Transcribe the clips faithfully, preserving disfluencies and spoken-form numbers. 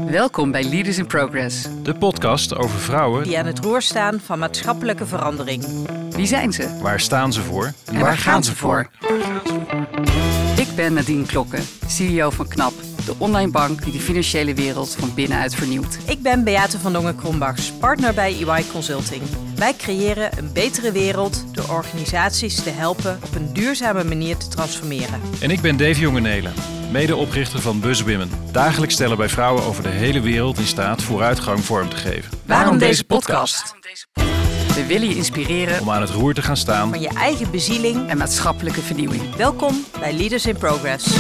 Welkom bij Leaders in Progress. De podcast over vrouwen die aan het roer staan van maatschappelijke verandering. Wie zijn ze? Waar staan ze voor? En, en waar gaan ze voor? Ik ben Nadine Klokke, C E O van KNAP, de online bank die de financiële wereld van binnenuit vernieuwt. Ik ben Beate van Dongen-Krombachs, partner bij E Y Consulting. Wij creëren een betere wereld door organisaties te helpen op een duurzame manier te transformeren. En ik ben Dave Jongenelen, medeoprichter van BuzzWomen. Dagelijks stellen wij vrouwen over de hele wereld in staat vooruitgang vorm te geven. Waarom deze podcast? We willen je inspireren om aan het roer te gaan staan van je eigen bezieling en maatschappelijke vernieuwing. Welkom bij Leaders in Progress.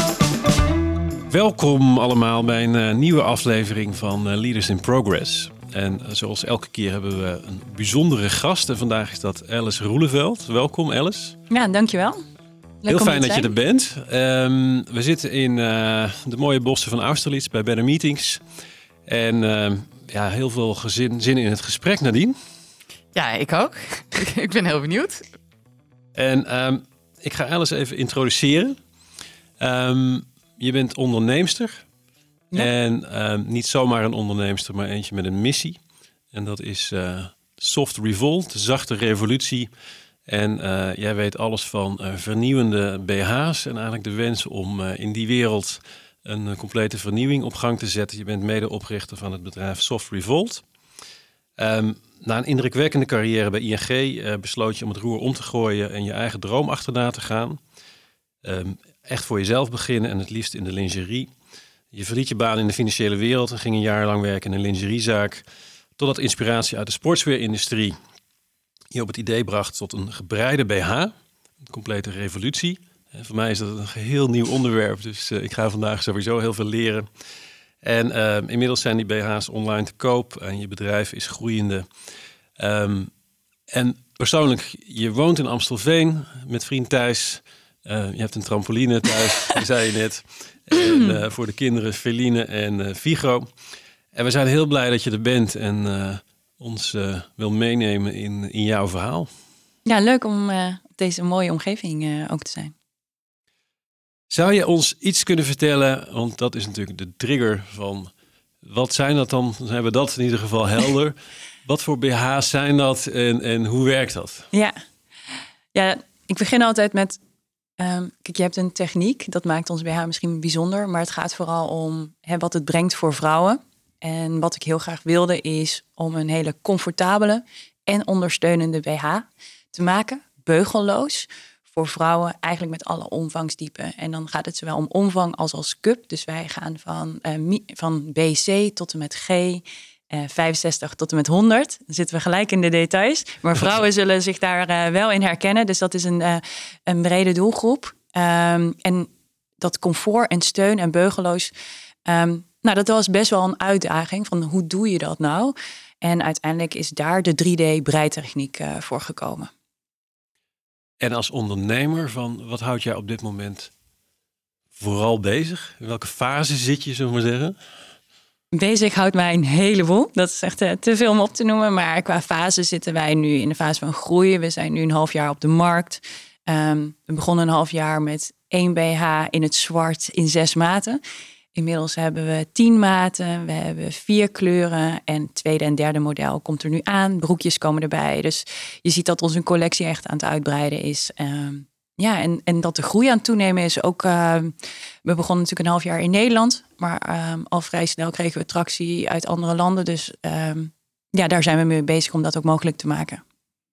Welkom allemaal bij een uh, nieuwe aflevering van uh, Leaders in Progress. En uh, zoals elke keer hebben we een bijzondere gast. En vandaag is dat Alice Roeleveld. Welkom Alice. Ja, dankjewel. Leuk Heel fijn dat je er bent. Um, we zitten in uh, de mooie bossen van Austerlitz bij Better Meetings. En uh, ja, heel veel gezin, zin in het gesprek, Nadine. Ja, ik ook. Ik ben heel benieuwd. En um, ik ga Alice even introduceren. Um, je bent onderneemster. Ja. En um, niet zomaar een onderneemster, maar eentje met een missie. En dat is uh, Soft Revolt, de zachte revolutie. En uh, jij weet alles van uh, vernieuwende B H's en eigenlijk de wens om uh, in die wereld een uh, complete vernieuwing op gang te zetten. Je bent medeoprichter van het bedrijf Soft Revolt. Um, na een indrukwekkende carrière bij I N G uh, besloot je om het roer om te gooien en je eigen droom achterna te gaan. Um, echt voor jezelf beginnen en het liefst in de lingerie. Je verliet je baan in de financiële wereld en ging een jaar lang werken in een lingeriezaak. Totdat inspiratie uit de sportswearindustrie je op het idee bracht tot een gebreide B H. Een complete revolutie. En voor mij is dat een geheel nieuw onderwerp. Dus uh, ik ga vandaag sowieso heel veel leren. En uh, inmiddels zijn die B H's online te koop. En je bedrijf is groeiende. Um, en persoonlijk, je woont in Amstelveen met vriend Thijs. Uh, je hebt een trampoline thuis, dat zei je net. En uh, voor de kinderen Feline en uh, Vigo. En we zijn heel blij dat je er bent en uh, ons uh, wil meenemen in, in jouw verhaal. Ja, leuk om uh, op deze mooie omgeving uh, ook te zijn. Zou je ons iets kunnen vertellen, want dat is natuurlijk de trigger van wat zijn dat dan? Dan hebben we dat in ieder geval helder. Wat voor B H's zijn dat en, en hoe werkt dat? Ja. ja, ik begin altijd met Um, kijk, je hebt een techniek, dat maakt ons B H misschien bijzonder. Maar het gaat vooral om hè, wat het brengt voor vrouwen. En wat ik heel graag wilde is om een hele comfortabele en ondersteunende B H te maken. Beugelloos. Voor vrouwen eigenlijk met alle omvangstypen. En dan gaat het zowel om omvang als als cup. Dus wij gaan van, uh, van B C tot en met G. Uh, vijfenzestig tot en met honderd. Dan zitten we gelijk in de details. Maar vrouwen zullen zich daar uh, wel in herkennen. Dus dat is een, uh, een brede doelgroep. Um, en dat comfort en steun en beugeloos. Um, nou, dat was best wel een uitdaging. Van hoe doe je dat nou? En uiteindelijk is daar de drie D breitechniek uh, voor gekomen. En als ondernemer, van wat houdt jij op dit moment vooral bezig? In welke fase zit je, zullen we maar zeggen? Bezig houdt mij een heleboel. Dat is echt uh, te veel om op te noemen. Maar qua fase zitten wij nu in de fase van groeien. We zijn nu een half jaar op de markt. Um, we begonnen een half jaar met één B H in het zwart in zes maten. Inmiddels hebben we tien maten. We hebben vier kleuren. En het tweede en derde model komt er nu aan. Broekjes komen erbij. Dus je ziet dat onze collectie echt aan het uitbreiden is. Um, Ja, en, en dat de groei aan het toenemen is ook. Uh, we begonnen natuurlijk een half jaar in Nederland. Maar um, al vrij snel kregen we tractie uit andere landen. Dus um, ja, daar zijn we mee bezig om dat ook mogelijk te maken.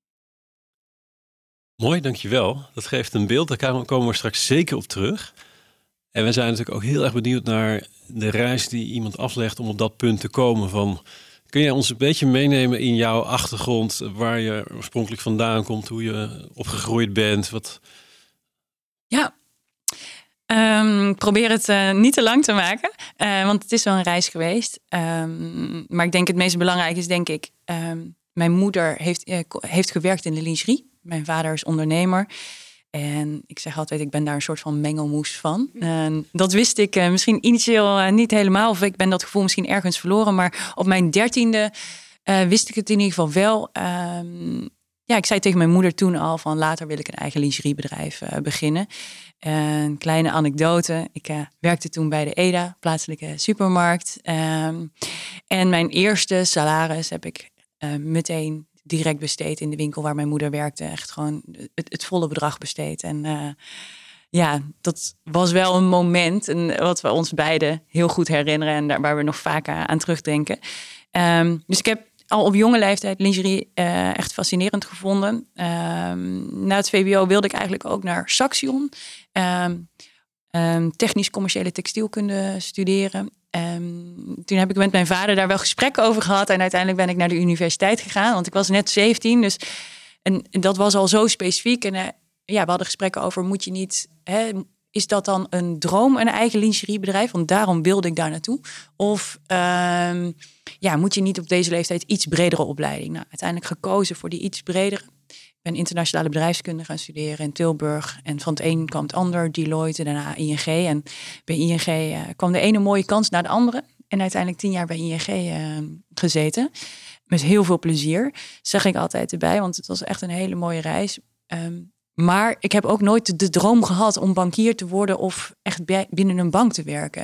Mooi, dankjewel. Dat geeft een beeld. Daar komen we straks zeker op terug. En we zijn natuurlijk ook heel erg benieuwd naar de reis die iemand aflegt om op dat punt te komen. Van, kun jij ons een beetje meenemen in jouw achtergrond, waar je oorspronkelijk vandaan komt, hoe je opgegroeid bent? Wat... Ja, um, probeer het uh, niet te lang te maken, uh, want het is wel een reis geweest. Um, maar ik denk het meest belangrijke is, denk ik, um, mijn moeder heeft, uh, heeft gewerkt in de lingerie. Mijn vader is ondernemer. En ik zeg altijd, ik ben daar een soort van mengelmoes van. En dat wist ik uh, misschien initieel uh, niet helemaal. Of ik ben dat gevoel misschien ergens verloren. Maar op mijn dertiende uh, wist ik het in ieder geval wel. Um, ja, ik zei tegen mijn moeder toen al van later wil ik een eigen lingeriebedrijf uh, beginnen. Een kleine anekdote. Ik uh, werkte toen bij de E D A, plaatselijke supermarkt. Um, en mijn eerste salaris heb ik uh, meteen direct besteed in de winkel waar mijn moeder werkte. Echt gewoon het, het volle bedrag besteed. En uh, ja, dat was wel een moment en wat we ons beiden heel goed herinneren en daar waar we nog vaak aan terugdenken. Um, dus ik heb al op jonge leeftijd lingerie uh, echt fascinerend gevonden. Um, na het V W O wilde ik eigenlijk ook naar Saxion. Um, um, technisch commerciële textielkunde studeren. Um, toen heb ik met mijn vader daar wel gesprekken over gehad. En uiteindelijk ben ik naar de universiteit gegaan. Want ik was net zeventien. Dus, en, en dat was al zo specifiek. En uh, ja, we hadden gesprekken over, moet je niet... Hè, is dat dan een droom, een eigen lingeriebedrijf? Want daarom wilde ik daar naartoe. Of um, ja, moet je niet op deze leeftijd iets bredere opleiding? Nou, uiteindelijk gekozen voor die iets bredere. Ik ben internationale bedrijfskunde gaan studeren in Tilburg. En van het een kwam het ander, Deloitte, daarna I N G. En bij I N G uh, kwam de ene mooie kans naar de andere. En uiteindelijk tien jaar bij I N G uh, gezeten. Met heel veel plezier. Zeg ik altijd erbij, want het was echt een hele mooie reis. Um, Maar ik heb ook nooit de, de droom gehad om bankier te worden of echt bij, binnen een bank te werken.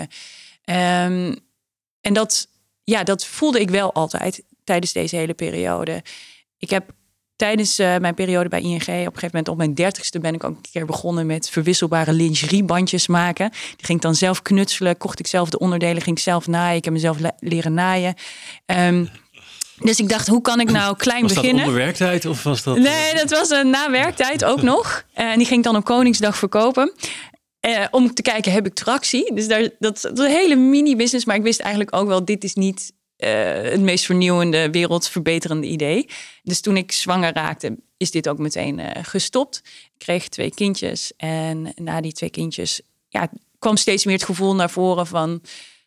Um, en dat, ja, dat voelde ik wel altijd tijdens deze hele periode. Ik heb tijdens uh, mijn periode bij I N G, op een gegeven moment op mijn dertigste ben ik ook een keer begonnen met verwisselbare lingeriebandjes maken. Die ging ik dan zelf knutselen, kocht ik zelf de onderdelen, ging ik zelf naaien. Ik heb mezelf le- leren naaien. Um, Dus ik dacht, hoe kan ik nou klein was beginnen? Was dat onder werktijd of was dat... Nee, dat was uh, na werktijd ook nog. Uh, en die ging ik dan op Koningsdag verkopen. Uh, om te kijken, heb ik tractie? Dus daar, dat, dat was een hele mini-business. Maar ik wist eigenlijk ook wel, dit is niet uh, het meest vernieuwende, wereldverbeterende idee. Dus toen ik zwanger raakte, is dit ook meteen uh, gestopt. Ik kreeg twee kindjes. En na die twee kindjes ja, kwam steeds meer het gevoel naar voren van,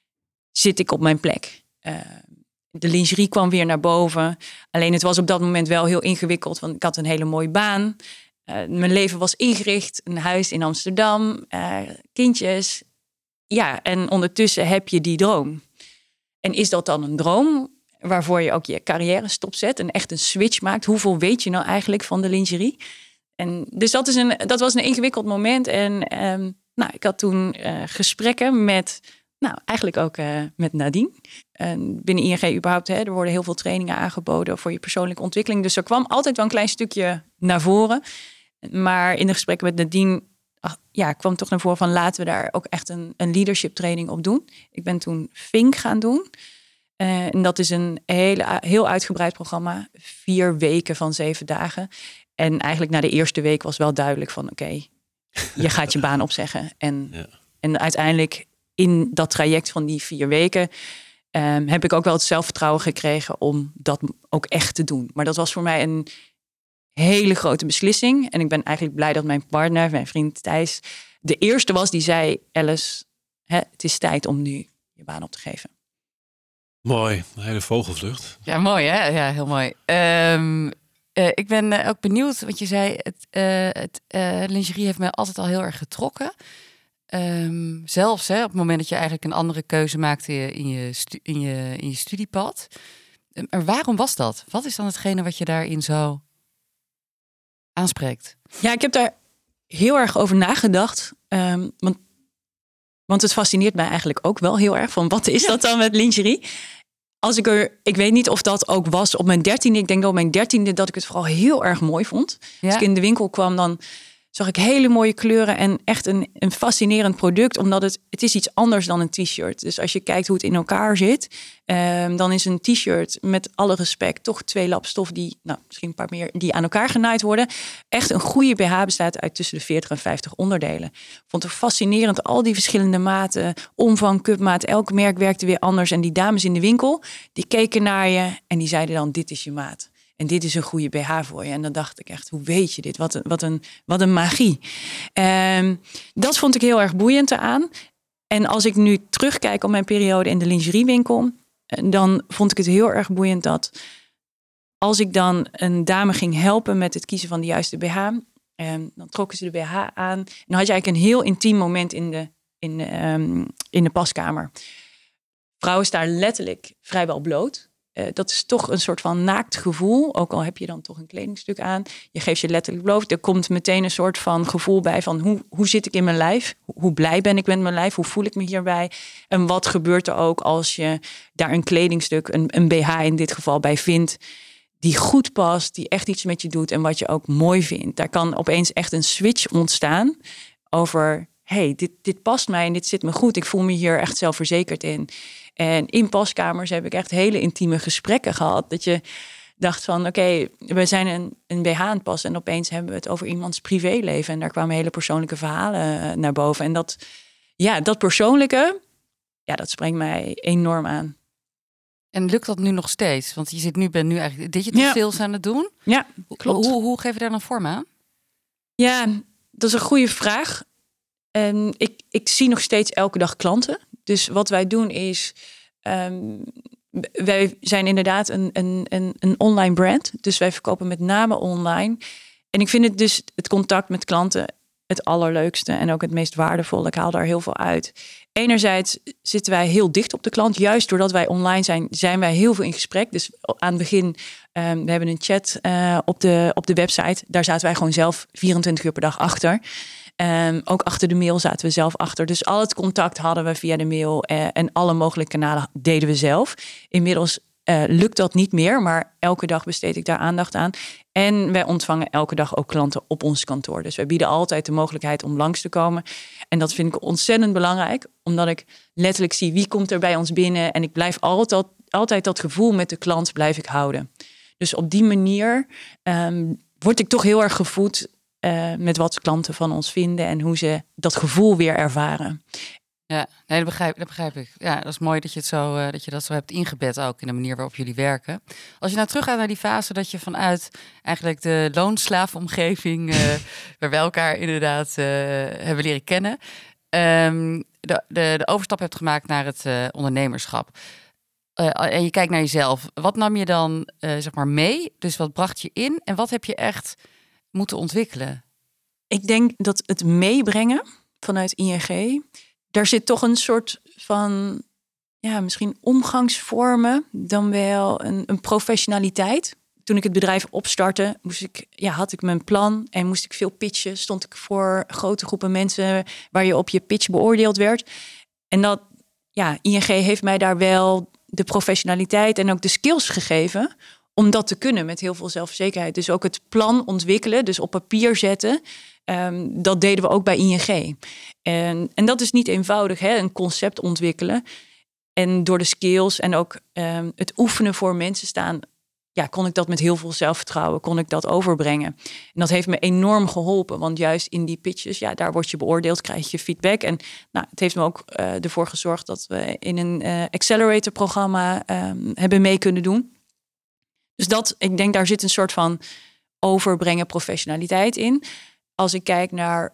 zit ik op mijn plek? Uh, De lingerie kwam weer naar boven. Alleen het was op dat moment wel heel ingewikkeld. Want ik had een hele mooie baan. Uh, mijn leven was ingericht. Een huis in Amsterdam. Uh, kindjes. Ja, en ondertussen heb je die droom. En is dat dan een droom waarvoor je ook je carrière stopzet en echt een switch maakt? Hoeveel weet je nou eigenlijk van de lingerie? En dus dat, is een, dat was een ingewikkeld moment. En um, nou, ik had toen uh, gesprekken met... Nou, eigenlijk ook uh, met Nadine. En binnen I N G überhaupt, hè, er worden heel veel trainingen aangeboden voor je persoonlijke ontwikkeling. Dus er kwam altijd wel een klein stukje naar voren. Maar in de gesprekken met Nadine ach, ja, kwam toch naar voren van, laten we daar ook echt een, een leadership training op doen. Ik ben toen Fink gaan doen. Uh, en dat is een hele, heel uitgebreid programma. Vier weken van zeven dagen. En eigenlijk na de eerste week was wel duidelijk van, oké, okay, je gaat je baan opzeggen. En, ja. en uiteindelijk in dat traject van die vier weken um, heb ik ook wel het zelfvertrouwen gekregen om dat ook echt te doen. Maar dat was voor mij een hele grote beslissing. En ik ben eigenlijk blij dat mijn partner, mijn vriend Thijs, de eerste was die zei, Alice, hè, het is tijd om nu je baan op te geven. Mooi, een hele vogelvlucht. Ja, mooi hè? Ja, heel mooi. Um, uh, ik ben uh, ook benieuwd, want je zei, het, uh, het uh, lingerie heeft mij altijd al heel erg getrokken. Um, zelfs hè, op het moment dat je eigenlijk een andere keuze maakte in je, stu- in je, in je studiepad. Um, maar waarom was dat? Wat is dan hetgene wat je daarin zo aanspreekt? Ja, ik heb daar heel erg over nagedacht. Um, want, want het fascineert mij eigenlijk ook wel heel erg. Van wat is ja. dat dan met lingerie? Als ik er, ik weet niet of dat ook was op mijn dertiende. Ik denk dat op mijn dertiende dat ik het vooral heel erg mooi vond. Ja. Als ik in de winkel kwam, dan zag ik hele mooie kleuren en echt een, een fascinerend product. Omdat het, het is iets anders dan een t-shirt. Dus als je kijkt hoe het in elkaar zit, um, dan is een t-shirt met alle respect toch twee lap stof die, nou misschien een paar meer, die aan elkaar genaaid worden. Echt een goede B H bestaat uit tussen de veertig en vijftig onderdelen. Ik vond het fascinerend, al die verschillende maten, omvang, cupmaat, elk merk werkte weer anders. En die dames in de winkel, die keken naar je en die zeiden dan, dit is je maat. En dit is een goede B H voor je. En dan dacht ik echt, hoe weet je dit? Wat een, wat een, wat een magie. Um, dat vond ik heel erg boeiend eraan. En als ik nu terugkijk op mijn periode in de lingeriewinkel, dan vond ik het heel erg boeiend dat als ik dan een dame ging helpen met het kiezen van de juiste B H, um, dan trokken ze de B H aan. En dan had je eigenlijk een heel intiem moment in de, in, um, in de paskamer. Vrouwen staan letterlijk vrijwel bloot. uh, dat is toch een soort van naakt gevoel. Ook al heb je dan toch een kledingstuk aan. Je geeft je letterlijk beloof. Er komt meteen een soort van gevoel bij van hoe, hoe zit ik in mijn lijf? Hoe blij ben ik met mijn lijf? Hoe voel ik me hierbij? En wat gebeurt er ook als je daar een kledingstuk, een, een B H in dit geval bij vindt, die goed past, die echt iets met je doet en wat je ook mooi vindt. Daar kan opeens echt een switch ontstaan over, hey, dit, dit past mij en dit zit me goed. Ik voel me hier echt zelfverzekerd in. En in paskamers heb ik echt hele intieme gesprekken gehad. Dat je dacht van, oké, okay, we zijn een, een B H aan het passen en opeens hebben we het over iemands privéleven. En daar kwamen hele persoonlijke verhalen naar boven. En dat, ja, dat persoonlijke, ja, dat spreekt mij enorm aan. En lukt dat nu nog steeds? Want je zit nu, bent nu eigenlijk digital ja. sales aan het doen. Ja, klopt. Hoe, hoe geef je daar dan vorm aan? Ja, dat is een goede vraag. En ik, ik zie nog steeds elke dag klanten. Dus wat wij doen is, um, wij zijn inderdaad een, een, een, een online brand. Dus wij verkopen met name online. En ik vind het dus het contact met klanten het allerleukste en ook het meest waardevolle. Ik haal daar heel veel uit. Enerzijds zitten wij heel dicht op de klant. Juist doordat wij online zijn, zijn wij heel veel in gesprek. Dus aan het begin, um, we hebben een chat uh, op, de, op de website. Daar zaten wij gewoon zelf vierentwintig uur per dag achter. Um, ook achter de mail zaten we zelf achter. Dus al het contact hadden we via de mail. Uh, en alle mogelijke kanalen deden we zelf. Inmiddels uh, lukt dat niet meer. Maar elke dag besteed ik daar aandacht aan. En wij ontvangen elke dag ook klanten op ons kantoor. Dus wij bieden altijd de mogelijkheid om langs te komen. En dat vind ik ontzettend belangrijk. Omdat ik letterlijk zie wie komt er bij ons binnen. En ik blijf altijd, altijd dat gevoel met de klant blijf ik houden. Dus op die manier um, word ik toch heel erg gevoed Uh, met wat klanten van ons vinden en hoe ze dat gevoel weer ervaren. Ja, nee, dat begrijp, dat begrijp ik. Ja, dat is mooi dat je, het zo, uh, dat je dat zo hebt ingebed ook in de manier waarop jullie werken. Als je nou teruggaat naar die fase dat je vanuit eigenlijk de loonslaafomgeving, uh, waar we elkaar inderdaad uh, hebben leren kennen, um, de, de, de overstap hebt gemaakt naar het uh, ondernemerschap. Uh, en je kijkt naar jezelf. Wat nam je dan uh, zeg maar mee? Dus wat bracht je in en wat heb je echt moeten ontwikkelen? Ik denk dat het meebrengen vanuit I N G, daar zit toch een soort van, ja, misschien omgangsvormen, dan wel een, een professionaliteit. Toen ik het bedrijf opstartte, moest ik, ja, had ik mijn plan en moest ik veel pitchen. Stond ik voor grote groepen mensen waar je op je pitch beoordeeld werd. En dat, ja, I N G heeft mij daar wel de professionaliteit en ook de skills gegeven om dat te kunnen met heel veel zelfverzekerheid. Dus ook het plan ontwikkelen, dus op papier zetten. Um, dat deden we ook bij I N G. En, en dat is niet eenvoudig, hè? Een concept ontwikkelen. En door de skills en ook um, het oefenen voor mensen staan, ja, kon ik dat met heel veel zelfvertrouwen, kon ik dat overbrengen. En dat heeft me enorm geholpen, want juist in die pitches, ja, daar word je beoordeeld, krijg je feedback. En nou, het heeft me ook uh, ervoor gezorgd dat we in een uh, accelerator-programma um, hebben mee kunnen doen. Dus dat, ik denk, daar zit een soort van overbrengen professionaliteit in. Als ik kijk naar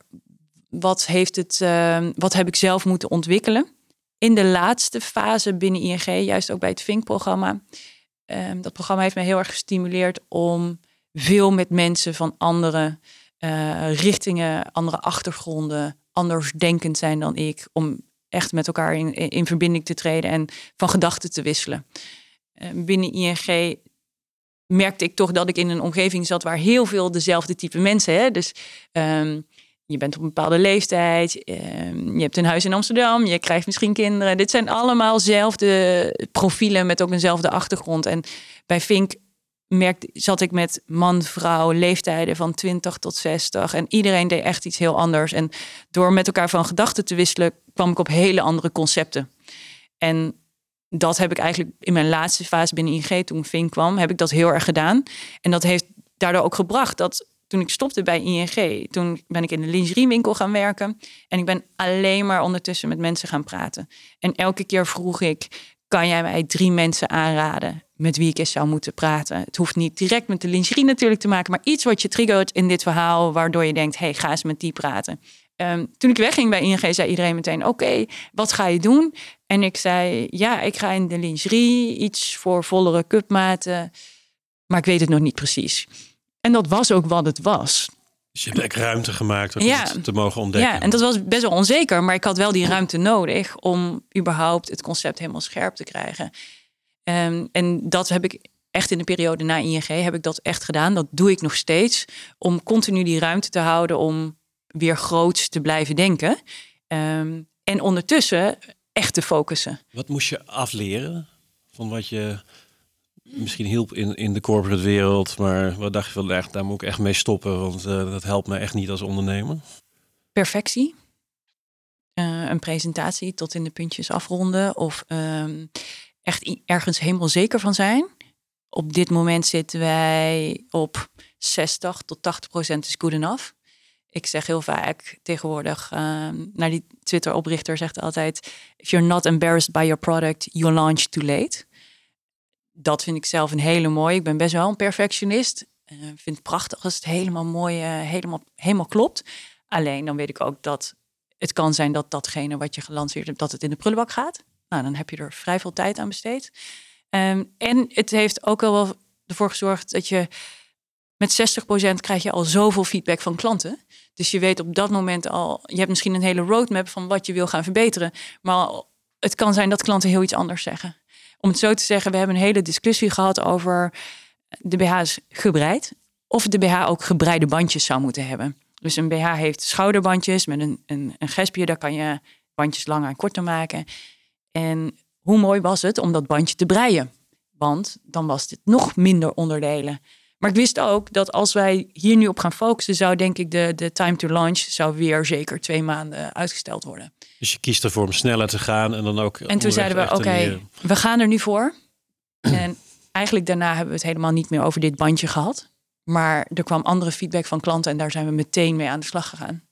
wat heeft het, uh, wat heb ik zelf moeten ontwikkelen. In de laatste fase binnen I N G, juist ook bij het Vink-programma. Um, dat programma heeft mij heel erg gestimuleerd om veel met mensen van andere uh, richtingen, andere achtergronden, anders denkend zijn dan ik, om echt met elkaar in, in verbinding te treden en van gedachten te wisselen. Uh, binnen I N G merkte ik toch dat ik in een omgeving zat waar heel veel dezelfde type mensen. Hè? Dus um, je bent op een bepaalde leeftijd, um, je hebt een huis in Amsterdam, je krijgt misschien kinderen. Dit zijn allemaal zelfde profielen met ook eenzelfde achtergrond. En bij Vink merkte, zat ik met man, vrouw, leeftijden van twintig tot zestig. En iedereen deed echt iets heel anders. En door met elkaar van gedachten te wisselen, kwam ik op hele andere concepten. En dat heb ik eigenlijk in mijn laatste fase binnen I N G, toen Vink kwam, heb ik dat heel erg gedaan. En dat heeft daardoor ook gebracht dat toen ik stopte bij I N G, toen ben ik in de lingeriewinkel gaan werken. En ik ben alleen maar ondertussen met mensen gaan praten. En elke keer vroeg ik, kan jij mij drie mensen aanraden met wie ik eens zou moeten praten? Het hoeft niet direct met de lingerie natuurlijk te maken, maar iets wat je triggert in dit verhaal, waardoor je denkt, hey, ga eens met die praten. Um, toen ik wegging bij I N G, zei iedereen meteen, oké, okay, wat ga je doen? En ik zei, ja, ik ga in de lingerie, iets voor vollere cupmaten, maar ik weet het nog niet precies. En dat was ook wat het was. Dus je hebt echt ruimte gemaakt om ja. het te mogen ontdekken. Ja, en dat was best wel onzeker, maar ik had wel die ruimte nodig om überhaupt het concept helemaal scherp te krijgen. Um, en dat heb ik echt in de periode na I N G heb ik dat echt gedaan. Dat doe ik nog steeds. Om continu die ruimte te houden om weer groots te blijven denken. Um, en ondertussen echt te focussen. Wat moest je afleren van wat je misschien hielp in, in de corporate wereld, maar wat dacht je van, echt, daar moet ik echt mee stoppen, want uh, dat helpt me echt niet als ondernemer? Perfectie. Uh, een presentatie tot in de puntjes afronden of um, echt ergens helemaal zeker van zijn. Op dit moment zitten wij op zestig tot tachtig procent is good enough. Ik zeg heel vaak tegenwoordig, uh, naar die Twitter-oprichter zegt altijd, if you're not embarrassed by your product, you launch too late. Dat vind ik zelf een hele mooie. Ik ben best wel een perfectionist. Ik uh, vind het prachtig als het helemaal mooi, uh, helemaal, helemaal klopt. Alleen dan weet ik ook dat het kan zijn dat datgene wat je gelanceerd hebt, dat het in de prullenbak gaat. Nou, dan heb je er vrij veel tijd aan besteed. Um, en het heeft ook wel ervoor gezorgd dat je met zestig procent krijg je al zoveel feedback van klanten. Dus je weet op dat moment al, je hebt misschien een hele roadmap van wat je wil gaan verbeteren. Maar het kan zijn dat klanten heel iets anders zeggen. Om het zo te zeggen, we hebben een hele discussie gehad over de B H's gebreid. Of de B H ook gebreide bandjes zou moeten hebben. Dus een B H heeft schouderbandjes met een, een, een gespje. Daar kan je bandjes langer en korter maken. En hoe mooi was het om dat bandje te breien? Want dan was dit nog minder onderdelen. Maar ik wist ook dat als wij hier nu op gaan focussen, zou denk ik de, de time to launch zou weer zeker twee maanden uitgesteld worden. Dus je kiest ervoor om sneller te gaan en dan ook. En toen zeiden we, oké, okay, we gaan er nu voor. En eigenlijk daarna hebben we het helemaal niet meer over dit bandje gehad. Maar er kwam andere feedback van klanten en daar zijn we meteen mee aan de slag gegaan.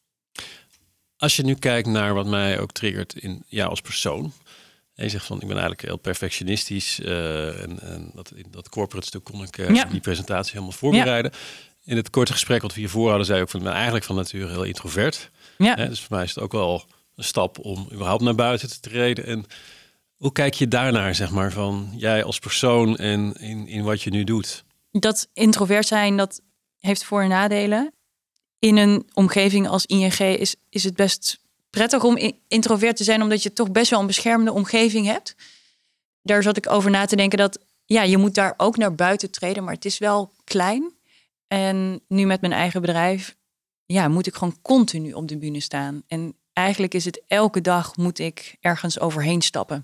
Als je nu kijkt naar wat mij ook triggert in jou als persoon. En je zegt van, ik ben eigenlijk heel perfectionistisch. Uh, en, en dat, in dat corporate stuk kon ik uh, ja. die presentatie helemaal voorbereiden. Ja. In het korte gesprek wat we hiervoor hadden, zei ik ook van, ik ben eigenlijk van nature heel introvert. Ja. Hè, dus voor mij is het ook wel een stap om überhaupt naar buiten te treden. En hoe kijk je daarnaar, zeg maar, van jij als persoon en in, in wat je nu doet? Dat introvert zijn, dat heeft voor- en nadelen. In een omgeving als I N G is, is het best prettig om introvert te zijn, omdat je toch best wel een beschermende omgeving hebt. Daar zat ik over na te denken dat, ja, je moet daar ook naar buiten treden, maar het is wel klein. En nu met mijn eigen bedrijf, ja, moet ik gewoon continu op de bühne staan. En eigenlijk is het elke dag moet ik ergens overheen stappen.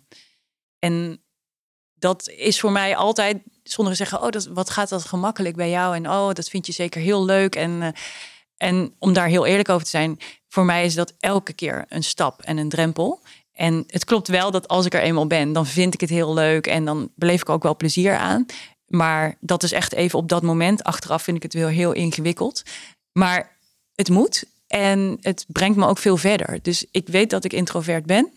En dat is voor mij altijd, sommigen zeggen, oh, dat, wat gaat dat gemakkelijk bij jou? En oh, dat vind je zeker heel leuk. En, uh, en om daar heel eerlijk over te zijn, voor mij is dat elke keer een stap en een drempel. En het klopt wel dat als ik er eenmaal ben, dan vind ik het heel leuk. En dan beleef ik ook wel plezier aan. Maar dat is echt even op dat moment. Achteraf vind ik het wel heel ingewikkeld. Maar het moet. En het brengt me ook veel verder. Dus ik weet dat ik introvert ben.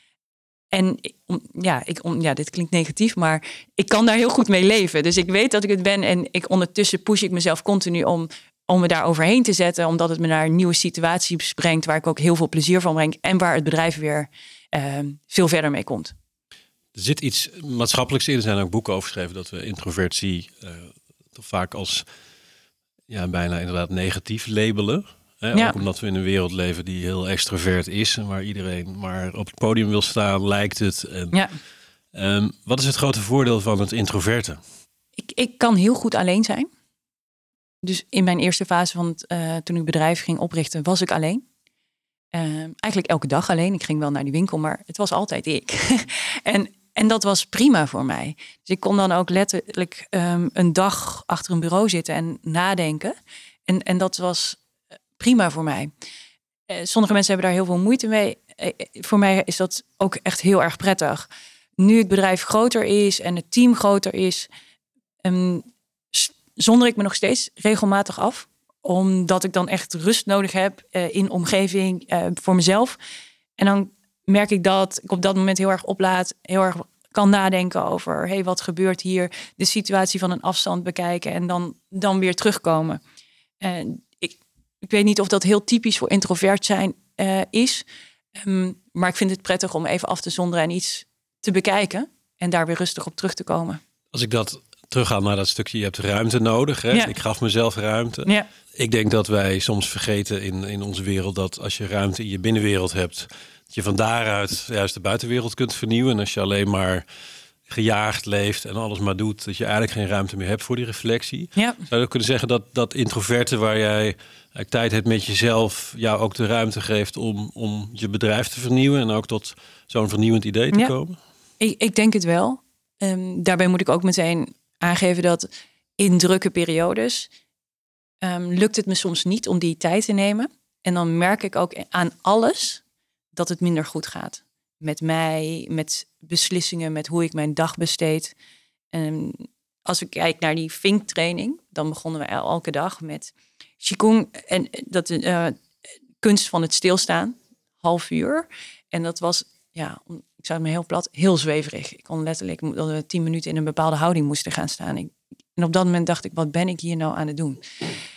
En ja, ik, ja, dit klinkt negatief, maar ik kan daar heel goed mee leven. Dus ik weet dat ik het ben. En ik, ondertussen push ik mezelf continu om, om me daar overheen te zetten. Omdat het me naar nieuwe situaties brengt waar ik ook heel veel plezier van breng. En waar het bedrijf weer uh, veel verder mee komt. Er zit iets maatschappelijks in. Er zijn ook boeken over geschreven dat we introvertie uh, toch vaak als ja, bijna inderdaad negatief labelen. Hè? Ja. Ook omdat we in een wereld leven die heel extrovert is. En waar iedereen maar op het podium wil staan, lijkt het. En, ja. um, wat is het grote voordeel van het introverte? Ik, ik kan heel goed alleen zijn. Dus in mijn eerste fase van het, uh, toen ik het bedrijf ging oprichten, was ik alleen. Uh, eigenlijk elke dag alleen. Ik ging wel naar die winkel, maar het was altijd ik. en, en dat was prima voor mij. Dus ik kon dan ook letterlijk um, een dag achter een bureau zitten en nadenken. En, en dat was prima voor mij. Uh, sommige mensen hebben daar heel veel moeite mee. Uh, voor mij is dat ook echt heel erg prettig. Nu het bedrijf groter is en het team groter is, um, zonder ik me nog steeds regelmatig af. Omdat ik dan echt rust nodig heb uh, in omgeving uh, voor mezelf. En dan merk ik dat ik op dat moment heel erg oplaad. Heel erg kan nadenken over, hey, wat gebeurt hier? De situatie van een afstand bekijken en dan, dan weer terugkomen. Uh, ik, ik weet niet of dat heel typisch voor introvert zijn uh, is. Um, maar ik vind het prettig om even af te zonderen en iets te bekijken. En daar weer rustig op terug te komen. Als ik dat teruggaan naar dat stukje, je hebt ruimte nodig. Hè? Ja. Ik gaf mezelf ruimte. Ja. Ik denk dat wij soms vergeten in, in onze wereld dat als je ruimte in je binnenwereld hebt, dat je van daaruit juist de buitenwereld kunt vernieuwen. En als je alleen maar gejaagd leeft en alles maar doet, dat je eigenlijk geen ruimte meer hebt voor die reflectie. Ja. Zou je kunnen zeggen dat dat introverte waar jij eigenlijk tijd hebt met jezelf, jou ook de ruimte geeft om, om je bedrijf te vernieuwen en ook tot zo'n vernieuwend idee te Ja. komen? Ik, ik denk het wel. Um, daarbij moet ik ook meteen aangeven dat in drukke periodes um, lukt het me soms niet om die tijd te nemen. En dan merk ik ook aan alles dat het minder goed gaat. Met mij, met beslissingen, met hoe ik mijn dag besteed. Um, als ik kijk naar die Vink-training, dan begonnen we el- elke dag met Qigong en dat uh, kunst van het stilstaan, half uur. En dat was, ja, ik zei het me heel plat, heel zweverig. Ik kon letterlijk dat we tien minuten in een bepaalde houding moesten gaan staan. Ik, en op dat moment dacht ik, wat ben ik hier nou aan het doen?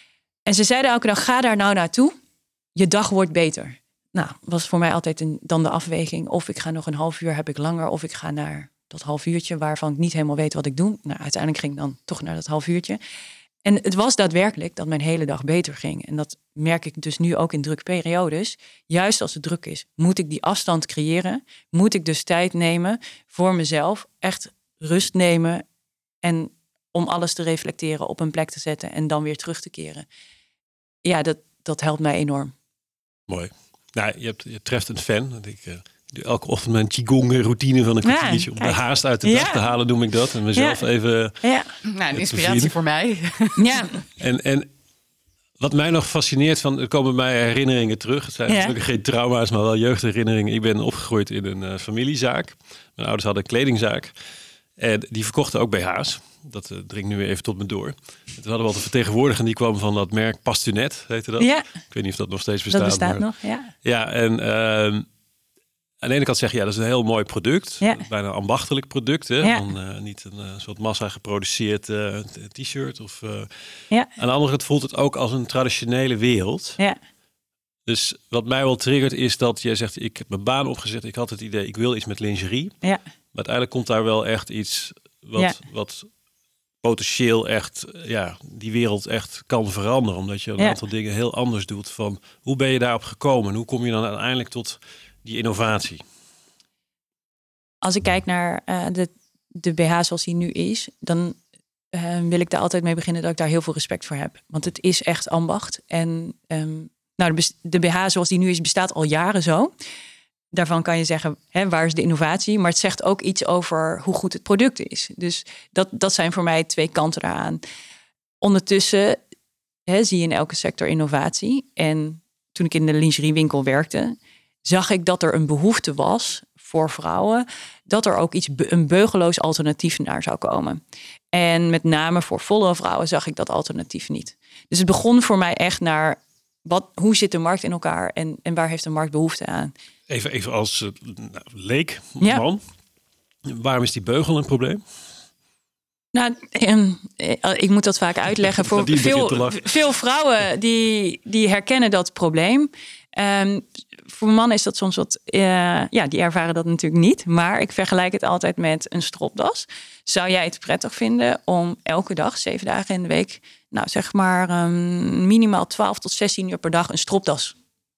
En ze zeiden elke dag, ga daar nou naartoe. Je dag wordt beter. Nou, was voor mij altijd een, dan de afweging. Of ik ga nog een half uur, heb ik langer. Of ik ga naar dat half uurtje waarvan ik niet helemaal weet wat ik doe. Nou, uiteindelijk ging ik dan toch naar dat half uurtje. En het was daadwerkelijk dat mijn hele dag beter ging. En dat merk ik dus nu ook in drukke periodes. Juist als het druk is, moet ik die afstand creëren. Moet ik dus tijd nemen voor mezelf. Echt rust nemen. En om alles te reflecteren, op een plek te zetten. En dan weer terug te keren. Ja, dat, dat helpt mij enorm. Mooi. Nou, je, hebt, je treft een fan. Want ik uh, doe elke ochtend mijn Qigong routine van een kwartiertje. Ja, om de haast uit de dag ja. te halen, noem ik dat. En mezelf ja. even... Ja. Nou, een inspiratie voor mij. Ja. En, en wat mij nog fascineert, van, er komen bij mij herinneringen terug. Het zijn ja. natuurlijk geen trauma's, maar wel jeugdherinneringen. Ik ben opgegroeid in een uh, familiezaak. Mijn ouders hadden een kledingzaak. En die verkochten ook B H's. Dat uh, dringt nu weer even tot me door. En toen hadden we altijd een vertegenwoordiger die kwam van dat merk Pastunet, heette dat. Ja. Ik weet niet of dat nog steeds bestaat. Dat bestaat maar... nog, ja. Ja, en uh, aan de ene kant zeg je, ja, dat is een heel mooi product. Ja. Bijna een ambachtelijk product. Hè? Ja. Dan, uh, niet een uh, soort massa geproduceerd uh, t-shirt. Of, uh... ja. Aan de andere kant voelt het ook als een traditionele wereld. Ja. Dus wat mij wel triggert is dat jij zegt, ik heb mijn baan opgezet. Ik had het idee, ik wil iets met lingerie. Ja. Maar uiteindelijk komt daar wel echt iets wat... Ja. wat potentieel echt, ja, die wereld echt kan veranderen. Omdat je een ja. aantal dingen heel anders doet. Van hoe ben je daarop gekomen? Hoe kom je dan uiteindelijk tot die innovatie? Als ik kijk naar uh, de, de B H zoals die nu is, dan uh, wil ik daar altijd mee beginnen dat ik daar heel veel respect voor heb. Want het is echt ambacht. En um, nou, de, de B H zoals die nu is, bestaat al jaren zo. Daarvan kan je zeggen, hè, waar is de innovatie? Maar het zegt ook iets over hoe goed het product is. Dus dat, dat zijn voor mij twee kanten eraan. Ondertussen hè, zie je in elke sector innovatie. En toen ik in de lingeriewinkel werkte, zag ik dat er een behoefte was voor vrouwen, dat er ook iets, een beugeloos alternatief naar zou komen. En met name voor volle vrouwen zag ik dat alternatief niet. Dus het begon voor mij echt naar, wat, hoe zit de markt in elkaar en, en waar heeft de markt behoefte aan? Even, even als uh, nou, leek, man. Ja. Waarom is die beugel een probleem? Nou, um, ik moet dat vaak uitleggen. Voor veel, veel vrouwen die, die herkennen dat probleem. Um, voor mannen is dat soms wat... Uh, ja, die ervaren dat natuurlijk niet. Maar ik vergelijk het altijd met een stropdas. Zou jij het prettig vinden om elke dag, zeven dagen in de week... nou zeg maar um, minimaal twaalf tot zestien uur per dag een stropdas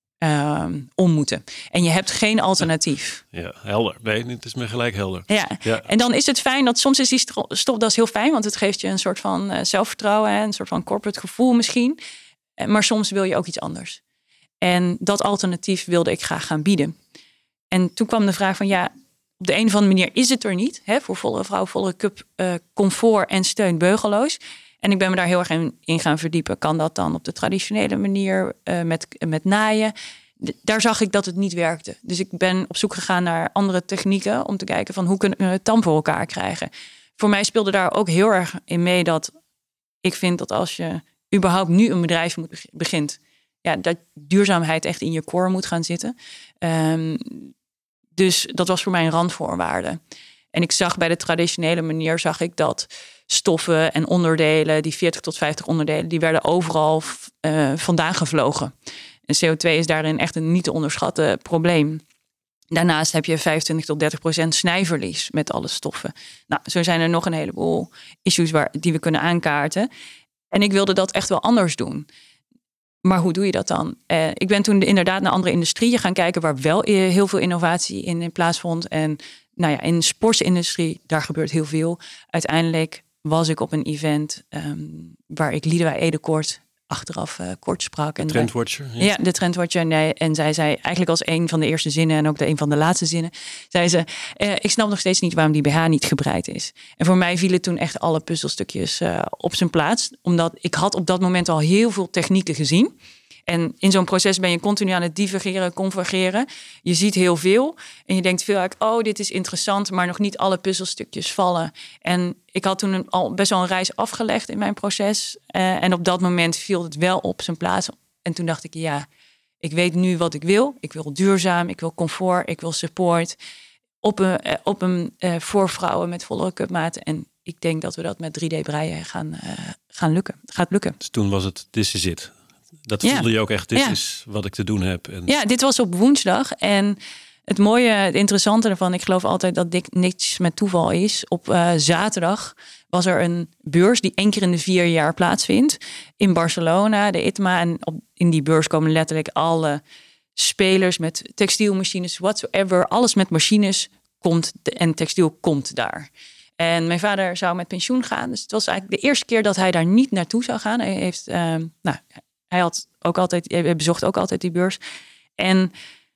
Um, om moeten. En je hebt geen alternatief. Ja, helder. Nee, het is me gelijk helder. Ja. ja. En dan is het fijn dat soms is die stropdas heel fijn, want het geeft je een soort van uh, zelfvertrouwen, hè, een soort van corporate gevoel misschien. Maar soms wil je ook iets anders. En dat alternatief wilde ik graag gaan bieden. En toen kwam de vraag van ja, op de een of andere manier is het er niet. Hè, voor volle vrouw, volle cup, uh, comfort en steun beugeloos. En ik ben me daar heel erg in, in gaan verdiepen. Kan dat dan op de traditionele manier uh, met, met naaien? D- daar zag ik dat het niet werkte. Dus ik ben op zoek gegaan naar andere technieken om te kijken van hoe kunnen we het dan voor elkaar krijgen. Voor mij speelde daar ook heel erg in mee dat ik vind dat als je überhaupt nu een bedrijf moet begint, ja, dat duurzaamheid echt in je core moet gaan zitten. Um, dus dat was voor mij een randvoorwaarde. En ik zag bij de traditionele manier zag ik dat stoffen en onderdelen, die veertig tot vijftig onderdelen, die werden overal uh, vandaan gevlogen. En C O twee is daarin echt een niet te onderschatten probleem. Daarnaast heb je vijfentwintig tot dertig procent snijverlies met alle stoffen. Nou, zo zijn er nog een heleboel issues waar, die we kunnen aankaarten. En ik wilde dat echt wel anders doen. Maar hoe doe je dat dan? Uh, ik ben toen inderdaad naar andere industrieën gaan kijken waar wel heel veel innovatie in, in plaatsvond. En nou ja, in de sportsindustrie, daar gebeurt heel veel. Uiteindelijk was ik op een event um, waar ik Liedewij Edekoort achteraf uh, kort sprak. De en Trendwatcher. Ja, ja de Trendwatcher. Nee, en zij zei eigenlijk als een van de eerste zinnen en ook de een van de laatste zinnen, zei ze, eh, ik snap nog steeds niet waarom die B H niet gebreid is. En voor mij vielen toen echt alle puzzelstukjes uh, op zijn plaats. Omdat ik had op dat moment al heel veel technieken gezien. En in zo'n proces ben je continu aan het divergeren, convergeren. Je ziet heel veel en je denkt veel uit, oh, dit is interessant, maar nog niet alle puzzelstukjes vallen. En ik had toen een, al best wel een reis afgelegd in mijn proces. Uh, en op dat moment viel het wel op zijn plaats. En toen dacht ik, ja, ik weet nu wat ik wil. Ik wil duurzaam, ik wil comfort, ik wil support. Op een, uh, op een uh, voor vrouwen met volle cupmaten. En ik denk dat we dat met drie D breien gaan, uh, gaan lukken. Gaat lukken. Dus toen was het, this is it. Dat voelde ja. je ook echt, dit ja. is wat ik te doen heb. En... Ja, dit was op woensdag. En het mooie, het interessante ervan, ik geloof altijd dat dit niks met toeval is. Op uh, zaterdag was er een beurs die één keer in de vier jaar plaatsvindt. In Barcelona, de I T M A. En op, in die beurs komen letterlijk alle spelers met textielmachines, whatsoever. Alles met machines komt de, en textiel komt daar. En mijn vader zou met pensioen gaan. Dus het was eigenlijk de eerste keer dat hij daar niet naartoe zou gaan. Hij heeft, uh, nou... Hij had ook altijd, hij bezocht ook altijd die beurs. En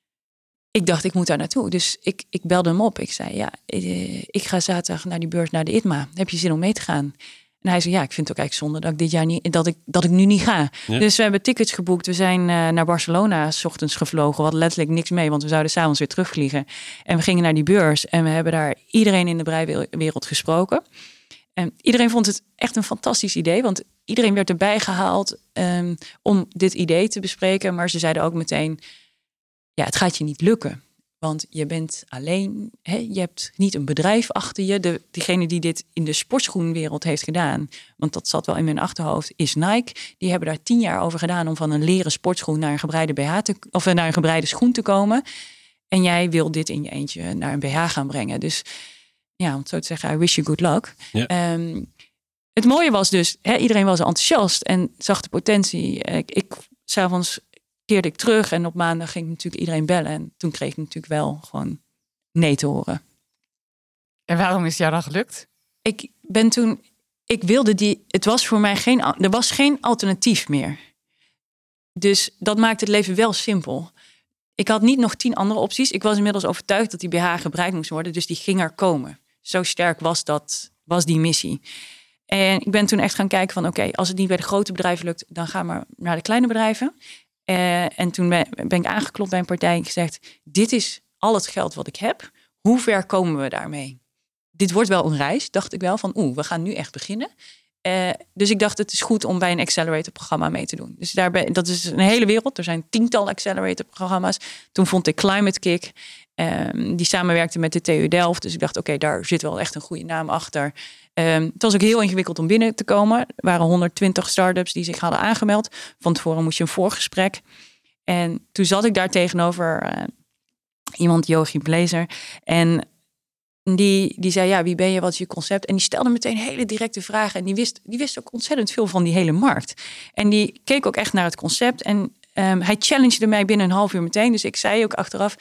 ik dacht, ik moet daar naartoe. Dus ik, ik belde hem op. Ik zei, ja, ik ga zaterdag naar die beurs, naar de I T M A. Heb je zin om mee te gaan? En hij zei, ja, ik vind het ook eigenlijk zonde dat ik dit jaar niet, dat ik, dat ik nu niet ga. Ja. Dus we hebben tickets geboekt. We zijn uh, naar Barcelona 's ochtends gevlogen. We hadden letterlijk niks mee, want we zouden 's avonds weer terugvliegen. En we gingen naar die beurs. En we hebben daar iedereen in de breiwereld gesproken. En iedereen vond het echt een fantastisch idee, want iedereen werd erbij gehaald um, om dit idee te bespreken. Maar ze zeiden ook meteen, ja, het gaat je niet lukken. Want je bent alleen, hè? Je hebt niet een bedrijf achter je. De, degene die dit in de sportschoenwereld heeft gedaan, want dat zat wel in mijn achterhoofd, is Nike. Die hebben daar tien jaar over gedaan om van een leren sportschoen naar een gebreide B H te, of naar een gebreide schoen te komen. En jij wil dit in je eentje naar een B H gaan brengen. Dus ja, om het zo te zeggen, I wish you good luck. Ja. Um, het mooie was dus, hè, iedereen was enthousiast en zag de potentie. Ik, ik 's avonds keerde ik terug en op maandag ging natuurlijk iedereen bellen. En toen kreeg ik natuurlijk wel gewoon nee te horen. En waarom is het jou dan gelukt? Ik ben toen, ik wilde die, het was voor mij geen, er was geen alternatief meer. Dus dat maakte het leven wel simpel. Ik had niet nog tien andere opties. Ik was inmiddels overtuigd dat die B H gebreid moest worden. Dus die ging er komen. Zo sterk was dat, was die missie. En ik ben toen echt gaan kijken van, oké, okay, als het niet bij de grote bedrijven lukt, dan ga maar naar de kleine bedrijven. Uh, en toen ben, ben ik aangeklopt bij een partij en gezegd, dit is al het geld wat ik heb. Hoe ver komen we daarmee? Dit wordt wel een reis, dacht ik wel, van oeh, we gaan nu echt beginnen. Uh, dus ik dacht, het is goed om bij een accelerator-programma mee te doen. Dus daar ben, dat is een hele wereld. Er zijn tientallen accelerator-programma's. Toen vond ik Climate Kick. Um, die samenwerkte met de T U Delft. Dus ik dacht, oké, okay, daar zit wel echt een goede naam achter. Um, het was ook heel ingewikkeld om binnen te komen. Er waren honderdtwintig start-ups die zich hadden aangemeld. Van tevoren moest je een voorgesprek. En toen zat ik daar tegenover uh, iemand, Joachim Blazer. En Die, die zei, ja, wie ben je, wat is je concept? En die stelde meteen hele directe vragen. En die wist, die wist ook ontzettend veel van die hele markt. En die keek ook echt naar het concept. En um, hij challengede mij binnen een half uur meteen. Dus ik zei ook achteraf,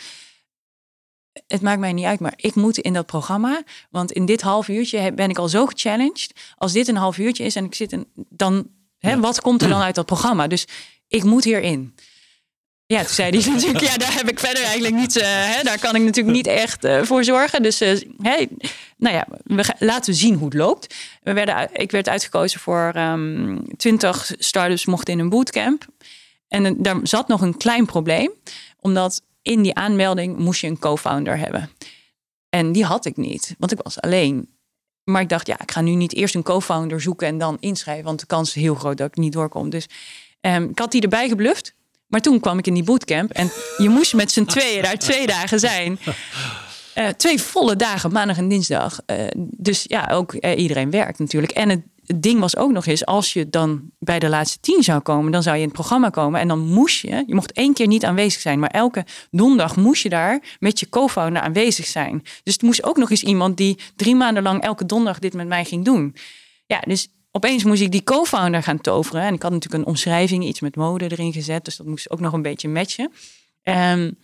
het maakt mij niet uit, maar ik moet in dat programma. Want in dit half uurtje ben ik al zo gechallenged. Als dit een half uurtje is en ik zit in, dan, hè, ja. wat komt er dan uit dat programma? Dus ik moet hierin. Ja, toen zei hij natuurlijk, ja, daar heb ik verder eigenlijk niet, uh, hè, daar kan ik natuurlijk niet echt uh, voor zorgen. Dus, uh, hey, nou ja, we ga, laten we zien hoe het loopt. We werden, ik werd uitgekozen voor um, twintig start-ups mochten in een bootcamp. En uh, daar zat nog een klein probleem, omdat in die aanmelding moest je een co-founder hebben. En die had ik niet, want ik was alleen. Maar ik dacht, ja, ik ga nu niet eerst een co-founder zoeken en dan inschrijven, want de kans is heel groot dat ik niet doorkom. Dus um, ik had die erbij gebluft. Maar toen kwam ik in die bootcamp en je moest met z'n tweeën daar twee dagen zijn. Uh, twee volle dagen, maandag en dinsdag. Uh, dus ja, ook uh, iedereen werkt natuurlijk. En het, het ding was ook nog eens, als je dan bij de laatste tien zou komen, dan zou je in het programma komen. En dan moest je, je mocht één keer niet aanwezig zijn, maar elke donderdag moest je daar met je co-founder aanwezig zijn. Dus het moest ook nog eens iemand die drie maanden lang elke donderdag dit met mij ging doen. Ja, dus opeens moest ik die co-founder gaan toveren. En ik had natuurlijk een omschrijving, iets met mode erin gezet. Dus dat moest ook nog een beetje matchen. Um,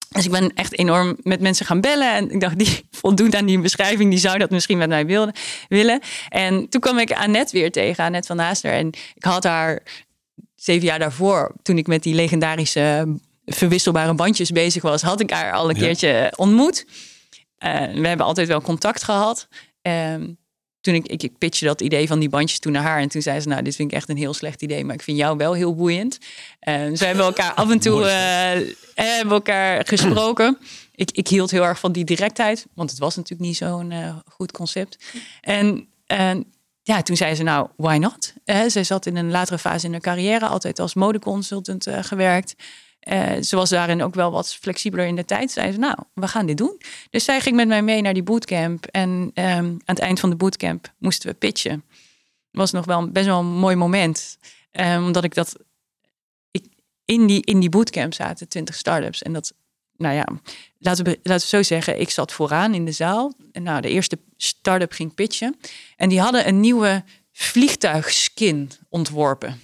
Dus ik ben echt enorm met mensen gaan bellen. En ik dacht, die voldoet aan die beschrijving. Die zou dat misschien met mij wilde, willen. En toen kwam ik Annette weer tegen, Annette van Haaster. En ik had haar zeven jaar daarvoor, toen ik met die legendarische verwisselbare bandjes bezig was, had ik haar al een ja. keertje ontmoet. Uh, we hebben altijd wel contact gehad. Um, toen ik, ik, ik pitchte dat idee van die bandjes toen naar haar. En toen zei ze, nou, dit vind ik echt een heel slecht idee. Maar ik vind jou wel heel boeiend. Uh, dus we hebben elkaar af en toe uh, hebben elkaar gesproken. Ik, ik hield heel erg van die directheid. Want het was natuurlijk niet zo'n uh, goed concept. En uh, ja, toen zei ze, nou, why not? Uh, zij zat in een latere fase in haar carrière. Altijd als modeconsultant uh, gewerkt. Uh, ze was daarin ook wel wat flexibeler in de tijd. Zei ze, nou, we gaan dit doen. Dus zij ging met mij mee naar die bootcamp. En um, aan het eind van de bootcamp moesten we pitchen. Het was nog wel best wel een mooi moment. Um, omdat ik dat... Ik, in, die, in die bootcamp zaten twintig start-ups. En dat, nou ja, laten we, laten we zo zeggen. Ik zat vooraan in de zaal. En nou, de eerste start-up ging pitchen. En die hadden een nieuwe vliegtuigskin ontworpen.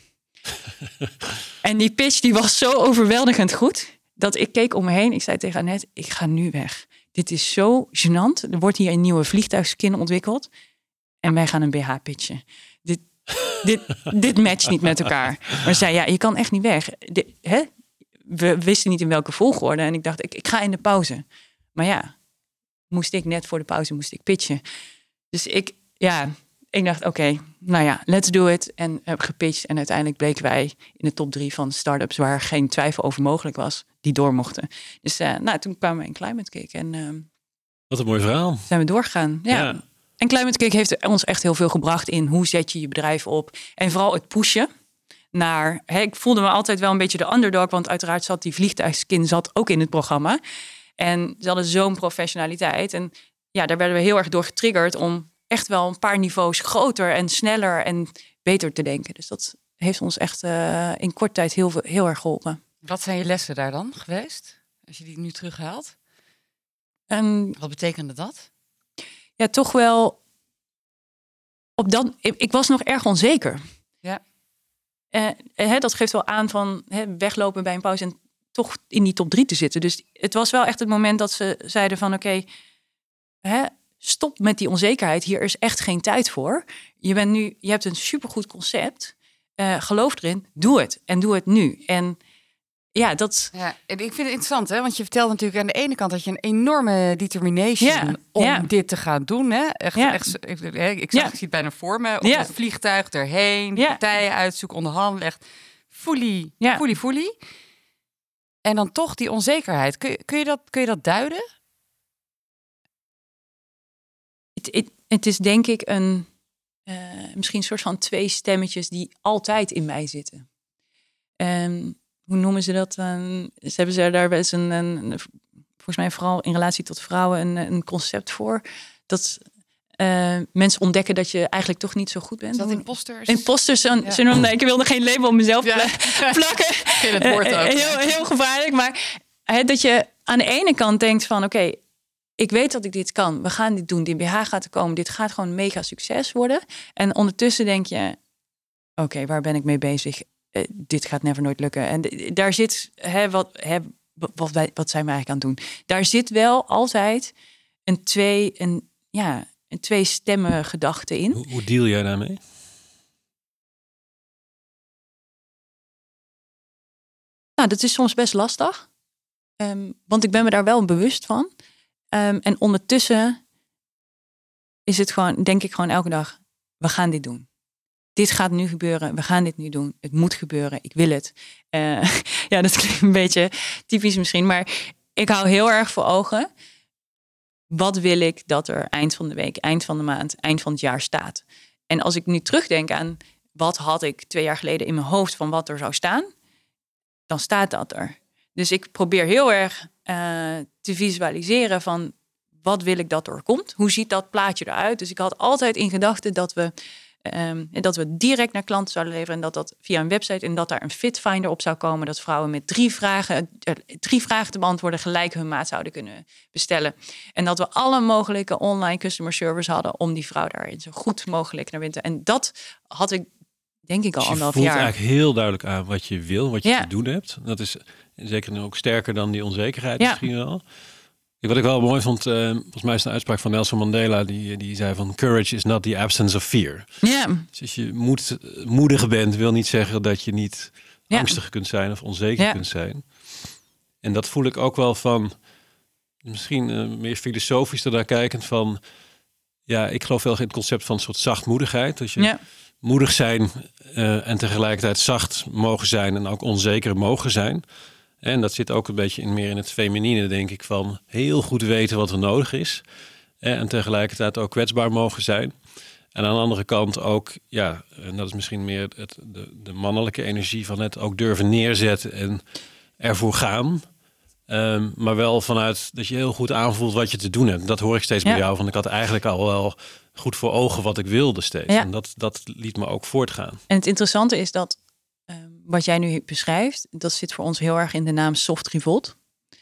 En die pitch die was zo overweldigend goed, dat ik keek om me heen. Ik zei tegen Annette, ik ga nu weg. Dit is zo gênant. Er wordt hier een nieuwe vliegtuigskin ontwikkeld. En wij gaan een B H pitchen. Dit, dit, dit matcht niet met elkaar. Maar ze zei, ja, je kan echt niet weg. De, hè? We wisten niet in welke volgorde. En ik dacht, ik, ik ga in de pauze. Maar ja, moest ik net voor de pauze moest ik pitchen. Dus ik, ja... Ik dacht, oké, okay, nou ja, let's do it. En heb gepitcht. En uiteindelijk bleken wij in de top drie van start-ups waar geen twijfel over mogelijk was, die door mochten. Dus uh, nou, toen kwamen we in Climate Kick. En uh, wat een mooi verhaal. Zijn we doorgegaan. Ja. ja. En Climate Kick heeft ons echt heel veel gebracht in hoe zet je je bedrijf op. En vooral het pushen naar... Hè, ik voelde me altijd wel een beetje de underdog, want uiteraard zat die vliegtuigskin zat ook in het programma. En ze hadden zo'n professionaliteit. En ja, daar werden we heel erg door getriggerd om echt wel een paar niveaus groter en sneller en beter te denken. Dus dat heeft ons echt uh, in korte tijd heel, heel erg geholpen. Wat zijn je lessen daar dan geweest? Als je die nu terughaalt? En, Wat betekende dat? Ja, toch wel... Op dat, ik, ik was nog erg onzeker. Ja. Uh, hè, dat geeft wel aan van hè, weglopen bij een pauze en toch in die top drie te zitten. Dus het was wel echt het moment dat ze zeiden van oké... Okay, stop met die onzekerheid. Hier is echt geen tijd voor. Je bent nu, je hebt een supergoed concept. Uh, geloof erin. Doe het. En doe het nu. En ja, dat... Ja, en ik vind het interessant, hè? Want je vertelt natuurlijk aan de ene kant dat je een enorme determination ja, om ja. dit te gaan doen, hè? Echt, ja. echt, ik, ik, zag, ja. ik zie het bijna voor me. Op ja. het vliegtuig erheen, ja. partijen uitzoeken, onderhandelen. Echt fully, ja. fully, fully. En dan toch die onzekerheid. Kun je, kun je, dat, kun je dat duiden? Het, het, het is denk ik een uh, misschien een soort van twee stemmetjes die altijd in mij zitten. Um, hoe noemen ze dat? Um, ze hebben ze daar eens een, een, volgens mij vooral in relatie tot vrouwen een, een concept voor. Dat uh, mensen ontdekken dat je eigenlijk toch niet zo goed bent. Is dat imposters? Imposters, ja. Ze noemden, ik wilde geen label op mezelf ja. plakken. Ik vind het woord ook. Uh, heel, heel gevaarlijk. Maar uh, dat je aan de ene kant denkt van oké, okay, ik weet dat ik dit kan. We gaan dit doen. Die B H gaat er komen. Dit gaat gewoon een mega succes worden. En ondertussen denk je, oké, okay, waar ben ik mee bezig? Uh, dit gaat never nooit lukken. En d- daar zit, hè, wat, hè, wat, wij, wat zijn we eigenlijk aan het doen? Daar zit wel altijd een twee, een, ja, een twee stemmen gedachte in. Hoe, hoe deal jij daarmee? Nou, dat is soms best lastig. Um, want ik ben me daar wel bewust van. Um, en ondertussen is het gewoon, denk ik gewoon elke dag, we gaan dit doen. Dit gaat nu gebeuren, we gaan dit nu doen. Het moet gebeuren, ik wil het. Uh, ja, dat klinkt een beetje typisch misschien, maar ik hou heel erg voor ogen. Wat wil ik dat er eind van de week, eind van de maand, eind van het jaar staat? En als ik nu terugdenk aan wat had ik twee jaar geleden in mijn hoofd van wat er zou staan, dan staat dat er. Dus ik probeer heel erg uh, te visualiseren van wat wil ik dat er komt? Hoe ziet dat plaatje eruit? Dus ik had altijd in gedachten dat we, um, dat we direct naar klanten zouden leveren en dat dat via een website en dat daar een fit finder op zou komen, dat vrouwen met drie vragen, uh, drie vragen te beantwoorden gelijk hun maat zouden kunnen bestellen. En dat we alle mogelijke online customer service hadden om die vrouw daarin zo goed mogelijk naar binnen. En dat had ik denk ik al Dus je anderhalf voelt jaar. eigenlijk heel duidelijk aan wat je wil, wat je Ja. te doen hebt. Dat is zeker nu ook sterker dan die onzekerheid Ja. misschien wel. Wat ik wel mooi vond, uh, volgens mij is het een uitspraak van Nelson Mandela, die, die zei van courage is not the absence of fear. Ja. Dus als je moed, moedig bent, wil niet zeggen dat je niet Ja. angstig kunt zijn of onzeker Ja. kunt zijn. En dat voel ik ook wel van, misschien uh, meer filosofisch ernaar kijkend van, ja, ik geloof wel in het concept van een soort zachtmoedigheid. Dat je Ja. moedig zijn uh, en tegelijkertijd zacht mogen zijn en ook onzeker mogen zijn. En dat zit ook een beetje in, meer in het feminine, denk ik, van heel goed weten wat er nodig is. En tegelijkertijd ook kwetsbaar mogen zijn. En aan de andere kant ook, ja, en dat is misschien meer het, de, de mannelijke energie van het ook durven neerzetten en ervoor gaan. Um, maar wel vanuit dat je heel goed aanvoelt wat je te doen hebt. Dat hoor ik steeds Ja. bij jou. Van ik had eigenlijk al wel goed voor ogen wat ik wilde steeds. Ja. En dat, dat liet me ook voortgaan. En het interessante is dat um, wat jij nu beschrijft, dat zit voor ons heel erg in de naam Soft Revolt.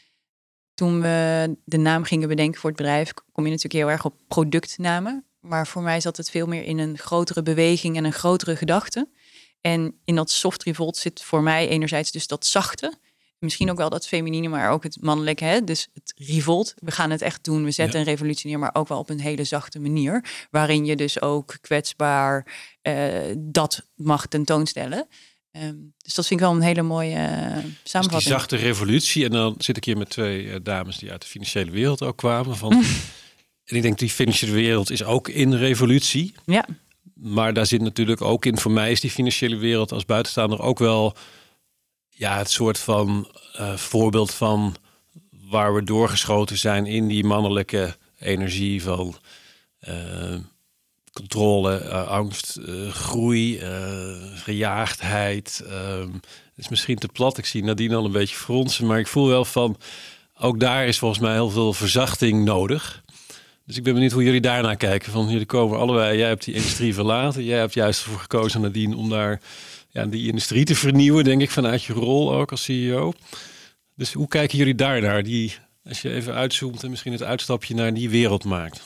Toen we de naam gingen bedenken voor het bedrijf, kom je natuurlijk heel erg op productnamen. Maar voor mij zat het veel meer in een grotere beweging en een grotere gedachte. En in dat Soft Revolt zit voor mij enerzijds dus dat zachte. Misschien ook wel dat feminine, maar ook het mannelijke. Hè? Dus het revolt. We gaan het echt doen. We zetten Ja. een revolutie neer, maar ook wel op een hele zachte manier. Waarin je dus ook kwetsbaar uh, dat mag tentoonstellen. Um, dus dat vind ik wel een hele mooie uh, samenvatting. Dus die zachte revolutie. En dan zit ik hier met twee uh, dames die uit de financiële wereld ook kwamen. Van, en ik denk die financiële wereld is ook in revolutie. Ja. Maar daar zit natuurlijk ook in, voor mij is die financiële wereld als buitenstaander ook wel, ja, het soort van uh, voorbeeld van waar we doorgeschoten zijn in die mannelijke energie van uh, controle, uh, angst, uh, groei, uh, gejaagdheid. Uh, het is misschien te plat, ik zie Nadine al een beetje fronsen, maar ik voel wel van, ook daar is volgens mij heel veel verzachting nodig. Dus ik ben benieuwd hoe jullie daarnaar kijken. Van jullie komen allebei, jij hebt die industrie verlaten. Jij hebt juist ervoor gekozen, Nadine, om daar ja, die industrie te vernieuwen, denk ik, vanuit je rol ook als C E O. Dus hoe kijken jullie daarnaar? Die, als je even uitzoomt en misschien het uitstapje naar die wereld maakt.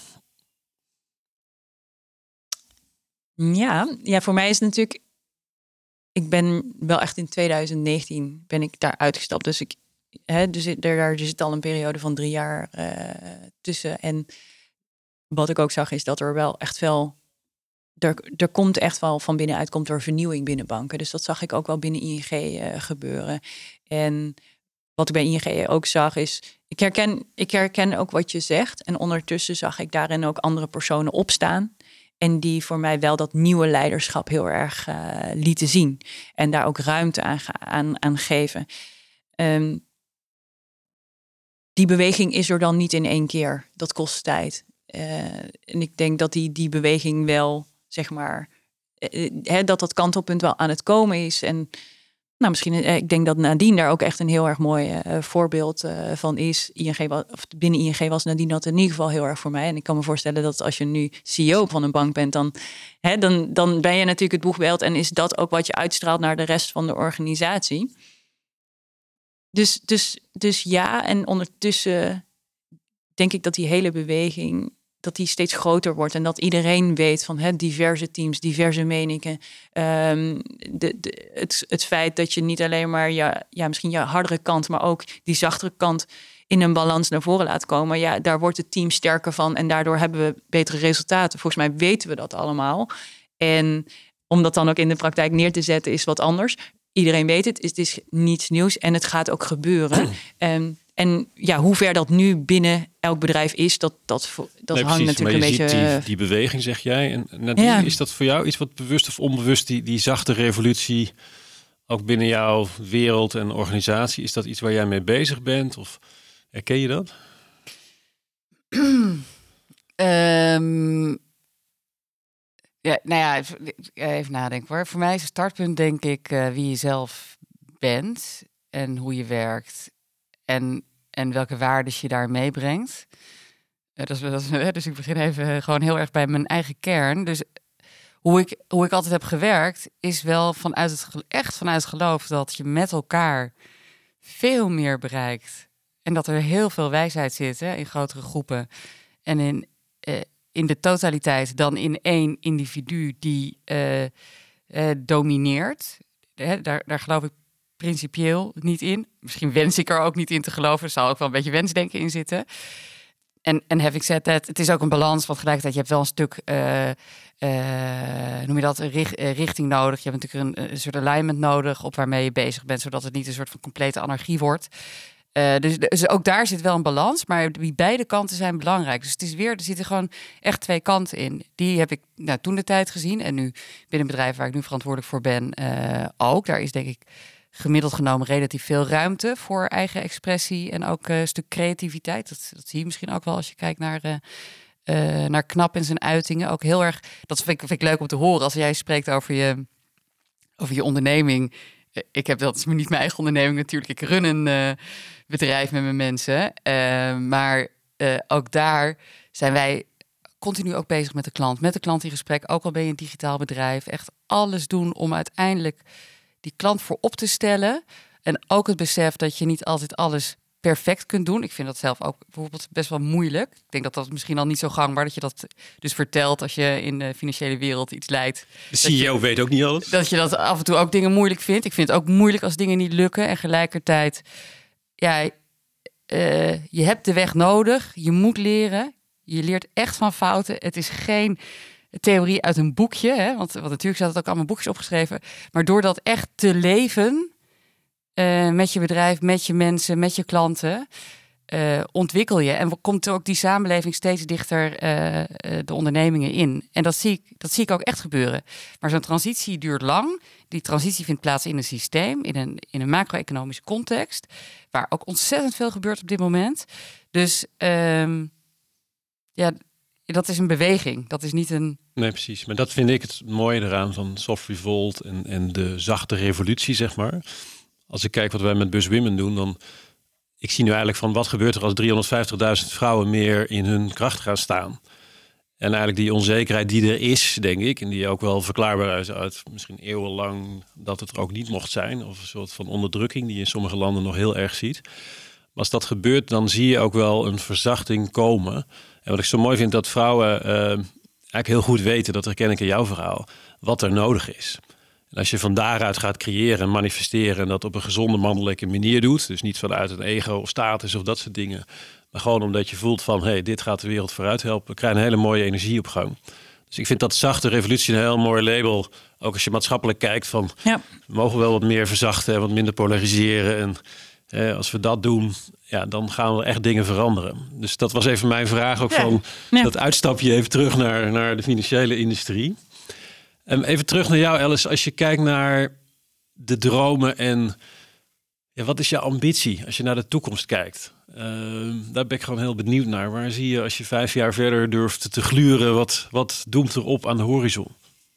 Ja, ja, voor mij is het natuurlijk, ik ben wel echt in twintig negentien ben ik daar uitgestapt. Dus ik, hè, dus er, daar zit al een periode van drie jaar uh, tussen. En wat ik ook zag is dat er wel echt wel, er, er komt echt wel van binnenuit komt er vernieuwing binnen banken. Dus dat zag ik ook wel binnen I N G uh, gebeuren. En wat ik bij I N G ook zag is, ik herken, ik herken ook wat je zegt. En ondertussen zag ik daarin ook andere personen opstaan. En die voor mij wel dat nieuwe leiderschap heel erg uh, lieten zien. En daar ook ruimte aan, aan, aan geven. Um, die beweging is er dan niet in één keer. Dat kost tijd. Uh, en ik denk dat die, die beweging wel, zeg maar, uh, hè, dat dat kantelpunt wel aan het komen is. En nou, misschien, uh, ik denk dat Nadine daar ook echt een heel erg mooi uh, voorbeeld uh, van is. I N G was, of binnen I N G was Nadine dat in ieder geval heel erg voor mij. En ik kan me voorstellen dat als je nu C E O van een bank bent, dan, hè, dan, dan ben je natuurlijk het boegbeeld. En is dat ook wat je uitstraalt naar de rest van de organisatie. Dus, dus, dus ja, en ondertussen denk ik dat die hele beweging, dat die steeds groter wordt. En dat iedereen weet van hè, diverse teams, diverse meningen. Um, de, de, het, het feit dat je niet alleen maar je, ja, misschien je hardere kant, maar ook die zachtere kant in een balans naar voren laat komen. Ja, daar wordt het team sterker van en daardoor hebben we betere resultaten. Volgens mij weten we dat allemaal. En om dat dan ook in de praktijk neer te zetten is wat anders. Iedereen weet het, het is niets nieuws en het gaat ook gebeuren. Um, En ja, hoe ver dat nu binnen elk bedrijf is, dat, dat, dat nee, hangt precies, natuurlijk een beetje. Die, die beweging, zeg jij. En Nadine, ja. Is dat voor jou iets wat bewust of onbewust, die, die zachte revolutie, ook binnen jouw wereld en organisatie, is dat iets waar jij mee bezig bent? Of herken je dat? um, ja, nou ja, even, even nadenken hoor. Voor mij is het startpunt denk ik uh, wie je zelf bent en hoe je werkt. En, en welke waarden je daar meebrengt. Uh, dat is, dat is, dus ik begin even gewoon heel erg bij mijn eigen kern. Dus hoe ik, hoe ik altijd heb gewerkt, is wel vanuit het, echt vanuit het geloof dat je met elkaar veel meer bereikt. En dat er heel veel wijsheid zit hè, in grotere groepen. En in, uh, in de totaliteit dan in één individu die uh, uh, domineert. Hè, daar, daar geloof ik principieel niet in. Misschien wens ik er ook niet in te geloven. Er zal ook wel een beetje wensdenken in zitten. En, en having said that, het is ook een balans. Want tegelijkertijd, je hebt wel een stuk, uh, uh, noem je dat, richt, uh, richting nodig. Je hebt natuurlijk een, een soort alignment nodig op waarmee je bezig bent, zodat het niet een soort van complete anarchie wordt. Uh, dus, dus ook daar zit wel een balans, maar die beide kanten zijn belangrijk. Dus het is weer, er zitten gewoon echt twee kanten in. Die heb ik nou, toen de tijd gezien en nu binnen een bedrijf waar ik nu verantwoordelijk voor ben uh, ook. Daar is denk ik gemiddeld genomen relatief veel ruimte voor eigen expressie en ook uh, een stuk creativiteit. Dat, dat zie je misschien ook wel als je kijkt naar, uh, uh, naar Knap en zijn uitingen. Ook heel erg, dat vind ik, vind ik leuk om te horen als jij spreekt over je, over je onderneming. Ik heb dat is niet mijn eigen onderneming natuurlijk. Ik run een uh, bedrijf met mijn mensen. Uh, maar uh, ook daar zijn wij continu ook bezig met de klant. Met de klant in gesprek. Ook al ben je een digitaal bedrijf. Echt alles doen om uiteindelijk die klant voorop te stellen. En ook het besef dat je niet altijd alles perfect kunt doen. Ik vind dat zelf ook bijvoorbeeld best wel moeilijk. Ik denk dat dat misschien al niet zo gangbaar dat je dat dus vertelt als je in de financiële wereld iets leidt. De C E O je, weet ook niet alles. Dat je dat af en toe ook dingen moeilijk vindt. Ik vind het ook moeilijk als dingen niet lukken. En gelijkertijd, ja, uh, je hebt de weg nodig. Je moet leren. Je leert echt van fouten. Het is geen theorie uit een boekje, hè? Want, want natuurlijk staat het ook allemaal boekjes opgeschreven. Maar door dat echt te leven, Uh, met je bedrijf, met je mensen, met je klanten, uh, ontwikkel je. En komt er ook die samenleving steeds dichter uh, uh, de ondernemingen in. En dat zie ik, dat zie ik ook echt gebeuren. Maar zo'n transitie duurt lang. Die transitie vindt plaats in een systeem, in een, in een macro-economische context, waar ook ontzettend veel gebeurt op dit moment. Dus um, ja, dat is een beweging. Dat is niet een... Nee, precies. Maar dat vind ik het mooie eraan van Soft Revolt en, en de zachte revolutie, zeg maar. Als ik kijk wat wij met Bus Women doen, dan ik zie nu eigenlijk van wat gebeurt er als driehonderdvijftigduizend vrouwen meer in hun kracht gaan staan. En eigenlijk die onzekerheid die er is, denk ik, en die ook wel verklaarbaar is uit misschien eeuwenlang dat het er ook niet mocht zijn, of een soort van onderdrukking die je in sommige landen nog heel erg ziet. Maar als dat gebeurt, dan zie je ook wel een verzachting komen. En wat ik zo mooi vind, dat vrouwen uh, eigenlijk heel goed weten, dat herken ik in jouw verhaal, wat er nodig is. En als je van daaruit gaat creëren en manifesteren en dat op een gezonde mannelijke manier doet, dus niet vanuit een ego of status of dat soort dingen, maar gewoon omdat je voelt van, hé, hey, dit gaat de wereld vooruit helpen, krijg je een hele mooie energie op gang. Dus ik vind dat zachte revolutie een heel mooi label, ook als je maatschappelijk kijkt van, ja. We mogen wel wat meer verzachten en wat minder polariseren. En eh, als we dat doen, ja, dan gaan we echt dingen veranderen. Dus dat was even mijn vraag ook ja. van ja. dat uitstapje even terug naar, naar de financiële industrie. Um, even terug naar jou, Alice. Als je kijkt naar de dromen en ja, wat is jouw ambitie als je naar de toekomst kijkt? Uh, daar ben ik gewoon heel benieuwd naar. Waar zie je als je vijf jaar verder durft te gluren? Wat, wat doemt er op aan de horizon?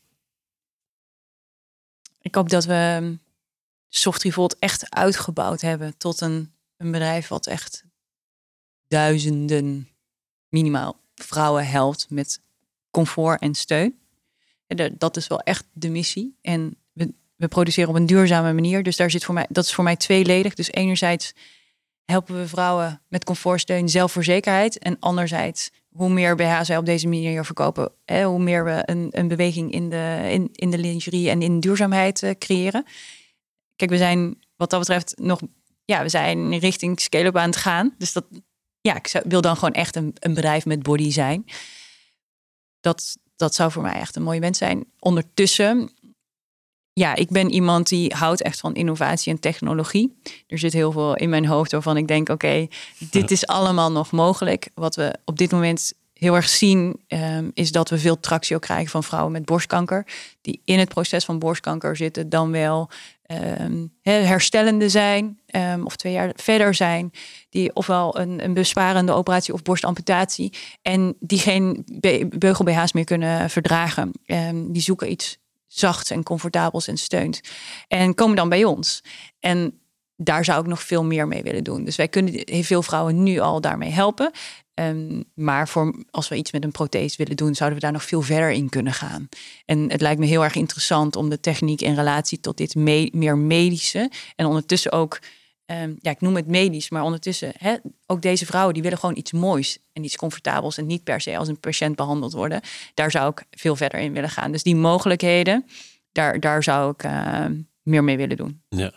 Ik hoop dat we Soft Revolt echt uitgebouwd hebben tot een, een bedrijf wat echt duizenden minimaal vrouwen helpt met comfort en steun. Dat is wel echt de missie. En we, we produceren op een duurzame manier. Dus daar zit voor mij, dat is voor mij tweeledig. Dus enerzijds helpen we vrouwen met comfortsteun, zelfverzekerheid. En anderzijds, hoe meer B H's wij op deze manier verkopen, hè, hoe meer we een, een beweging in de, in, in de lingerie en in duurzaamheid uh, creëren. Kijk, we zijn wat dat betreft nog, ja, we zijn richting scale-up aan het gaan. Dus dat, ja, ik zou, wil dan gewoon echt een, een bedrijf met body zijn. Dat Dat zou voor mij echt een mooie wens zijn. Ondertussen, ja, ik ben iemand die houdt echt van innovatie en technologie. Er zit heel veel in mijn hoofd waarvan ik denk, oké, okay, dit is allemaal nog mogelijk. Wat we op dit moment heel erg zien, um, is dat we veel tractie ook krijgen van vrouwen met borstkanker. Die in het proces van borstkanker zitten, dan wel um, herstellende zijn. Um, of twee jaar verder zijn. Die ofwel een, een besparende operatie of borstamputatie. En die geen be- beugel-B H's meer kunnen verdragen. Um, die zoeken iets zachts en comfortabels en steunt. En komen dan bij ons. En daar zou ik nog veel meer mee willen doen. Dus wij kunnen veel vrouwen nu al daarmee helpen. Um, maar voor, als we iets met een prothese willen doen, zouden we daar nog veel verder in kunnen gaan. En het lijkt me heel erg interessant om de techniek in relatie tot dit me- meer medische. En ondertussen ook, um, ja, ik noem het medisch, maar ondertussen, hè, ook deze vrouwen die willen gewoon iets moois en iets comfortabels en niet per se als een patiënt behandeld worden. Daar zou ik veel verder in willen gaan. Dus die mogelijkheden, daar, daar zou ik uh, meer mee willen doen. Ja.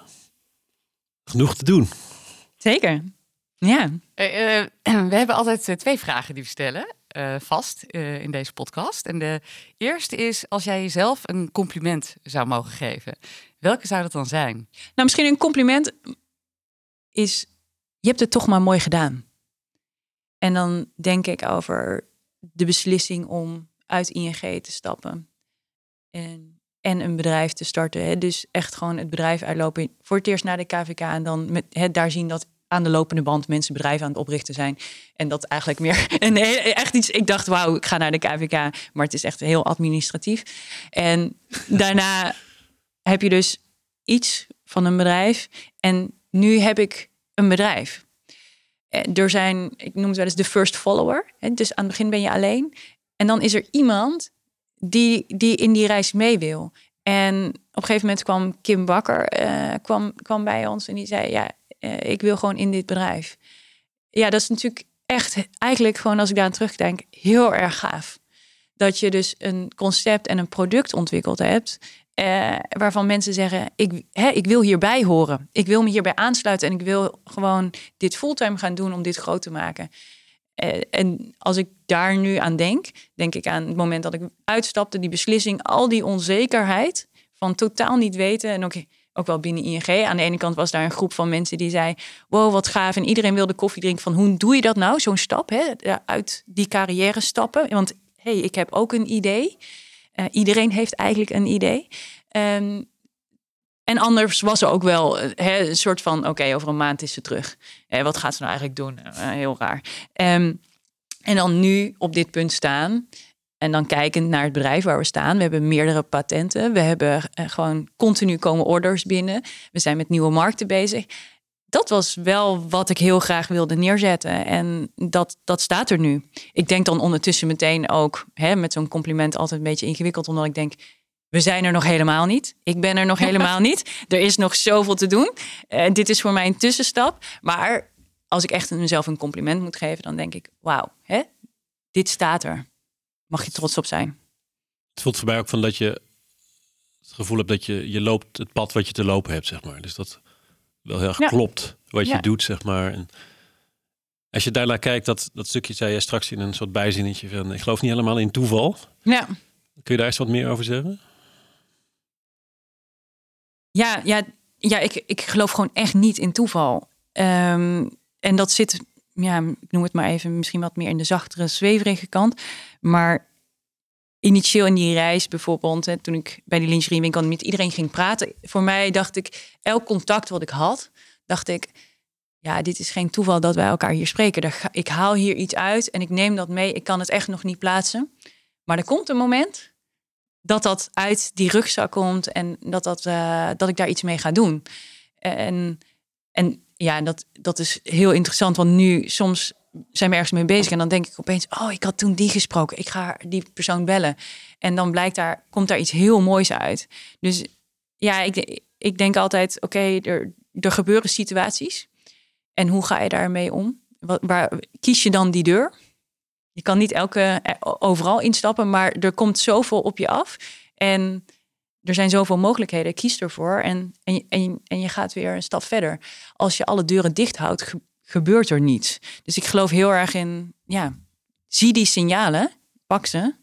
Genoeg te doen. Zeker, ja. Uh, uh, we hebben altijd uh, twee vragen die we stellen, uh, vast uh, in deze podcast. En de eerste is, als jij jezelf een compliment zou mogen geven, welke zou dat dan zijn? Nou, misschien een compliment is, je hebt het toch maar mooi gedaan. En dan denk ik over de beslissing om uit I N G te stappen. En, en een bedrijf te starten. Hè. Dus echt gewoon het bedrijf uitlopen. Voor het eerst naar de K V K. En dan met, hè, daar zien dat aan de lopende band mensen bedrijven aan het oprichten zijn. En dat eigenlijk meer... En echt iets... Ik dacht, wauw, ik ga naar de K V K. Maar het is echt heel administratief. En daarna heb je dus iets van een bedrijf. En nu heb ik een bedrijf. Er zijn, ik noem het wel eens de first follower. Dus aan het begin ben je alleen. En dan is er iemand die, die in die reis mee wil. En op een gegeven moment kwam Kim Bakker uh, kwam, kwam bij ons en die zei, ja, uh, ik wil gewoon in dit bedrijf. Ja, dat is natuurlijk echt eigenlijk gewoon, als ik daar aan terugdenk, heel erg gaaf. Dat je dus een concept en een product ontwikkeld hebt, Uh, waarvan mensen zeggen, ik, hè, ik wil hierbij horen. Ik wil me hierbij aansluiten en ik wil gewoon dit fulltime gaan doen om dit groot te maken. Uh, en als ik daar nu aan denk, denk ik aan het moment dat ik uitstapte, die beslissing, al die onzekerheid van totaal niet weten. En ook, ook wel binnen I N G. Aan de ene kant was daar een groep van mensen die zei, wow, wat gaaf. En iedereen wilde koffie drinken van, hoe doe je dat nou? Zo'n stap, hè? Uit die carrière stappen. Want hey, ik heb ook een idee. Uh, iedereen heeft eigenlijk een idee. Um, en anders was er ook wel uh, he, een soort van, oké, okay, over een maand is ze terug. Uh, wat gaat ze nou eigenlijk doen? Uh, heel raar. Um, en dan nu op dit punt staan. En dan kijkend naar het bedrijf waar we staan. We hebben meerdere patenten. We hebben uh, gewoon continu komen orders binnen. We zijn met nieuwe markten bezig. Dat was wel wat ik heel graag wilde neerzetten. En dat, dat staat er nu. Ik denk dan ondertussen meteen ook, hè, met zo'n compliment altijd een beetje ingewikkeld, omdat ik denk, we zijn er nog helemaal niet. Ik ben er nog helemaal niet. Er is nog zoveel te doen. Uh, dit is voor mij een tussenstap. Maar als ik echt mezelf een compliment moet geven, dan denk ik, wauw, hè, dit staat er. Mag je trots op zijn. Het voelt voor mij ook van dat je het gevoel hebt dat je, je loopt het pad wat je te lopen hebt, zeg maar. Dus dat wel heel erg ja. klopt wat je ja. doet, zeg maar. En als je daarnaar kijkt, dat, dat stukje zei je straks in een soort bijzinnetje van, ik geloof niet helemaal in toeval. Ja. Kun je daar eens wat meer over zeggen? Ja, ja, ja ik, ik geloof gewoon echt niet in toeval. Um, en dat zit, ja, ik noem het maar even, misschien wat meer in de zachtere, zweverige kant. Maar initieel in die reis bijvoorbeeld, hè, toen ik bij die lingeriewinkel met iedereen ging praten, voor mij dacht ik, elk contact wat ik had, dacht ik, ja, dit is geen toeval dat wij elkaar hier spreken. Ik haal hier iets uit en ik neem dat mee. Ik kan het echt nog niet plaatsen. Maar er komt een moment dat dat uit die rugzak komt en dat, dat, uh, dat ik daar iets mee ga doen. En, en ja, dat, dat is heel interessant, want nu soms zijn we ergens mee bezig en dan denk ik opeens, oh, ik had toen die gesproken. Ik ga die persoon bellen. En dan blijkt daar, komt daar iets heel moois uit. Dus ja, ik, ik denk altijd, oké, okay, er, er gebeuren situaties. En hoe ga je daarmee om? Wat, waar, kies je dan die deur? Je kan niet elke overal instappen, maar er komt zoveel op je af. En er zijn zoveel mogelijkheden. Kies ervoor en, en, je, en, je, en je gaat weer een stap verder. Als je alle deuren dicht houdt, ge, gebeurt er niets. Dus ik geloof heel erg in, ja, zie die signalen, pak ze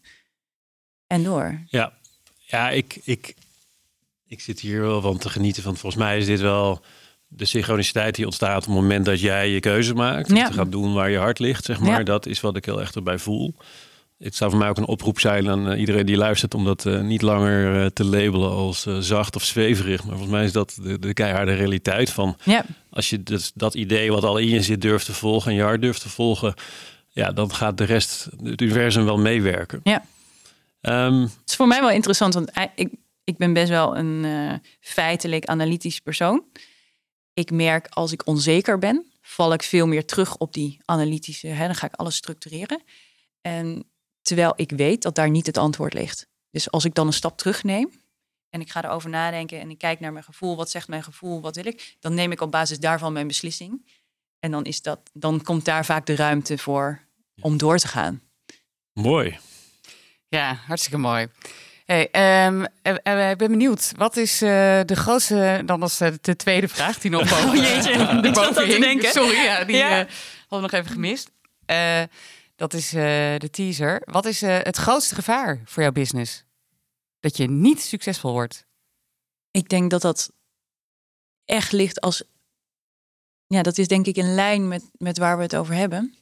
en door. Ja, ja ik, ik, ik zit hier wel van te genieten van. Volgens mij is dit wel de synchroniciteit die ontstaat op het moment dat jij je keuze maakt. Ja. Om te gaan doen waar je hart ligt, zeg maar. Ja. Dat is wat ik heel echt erbij voel. Het zou voor mij ook een oproep zijn aan uh, iedereen die luistert om dat uh, niet langer uh, te labelen als uh, zacht of zweverig. Maar volgens mij is dat de, de keiharde realiteit van ja. als je dat, dat idee wat al in je zit durft te volgen en je hart durft te volgen, ja, dan gaat de rest, het universum wel meewerken. Ja. Um, het is voor mij wel interessant, want ik, ik ben best wel een uh, feitelijk analytisch persoon. Ik merk als ik onzeker ben, val ik veel meer terug op die analytische, hè, dan ga ik alles structureren. En terwijl ik weet dat daar niet het antwoord ligt. Dus als ik dan een stap terugneem en ik ga erover nadenken en ik kijk naar mijn gevoel, wat zegt mijn gevoel, wat wil ik, dan neem ik op basis daarvan mijn beslissing. En dan, is dat, dan komt daar vaak de ruimte voor om door te gaan. Mooi. Ja, hartstikke mooi. Hey, um, uh, uh, ik ben benieuwd. Wat is uh, de grootste... Dan was uh, de tweede vraag die nog boven, oh, jeetje, de boven te denken. Sorry, ja, die ja. uh, hadden we nog even gemist. Uh, dat is uh, de teaser. Wat is uh, het grootste gevaar voor jouw business? Dat je niet succesvol wordt? Ik denk dat dat echt ligt als... Ja, dat is denk ik in lijn met, met waar we het over hebben.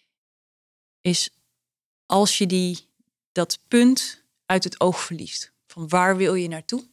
Is als je die, dat punt uit het oog verliest. Van waar wil je naartoe?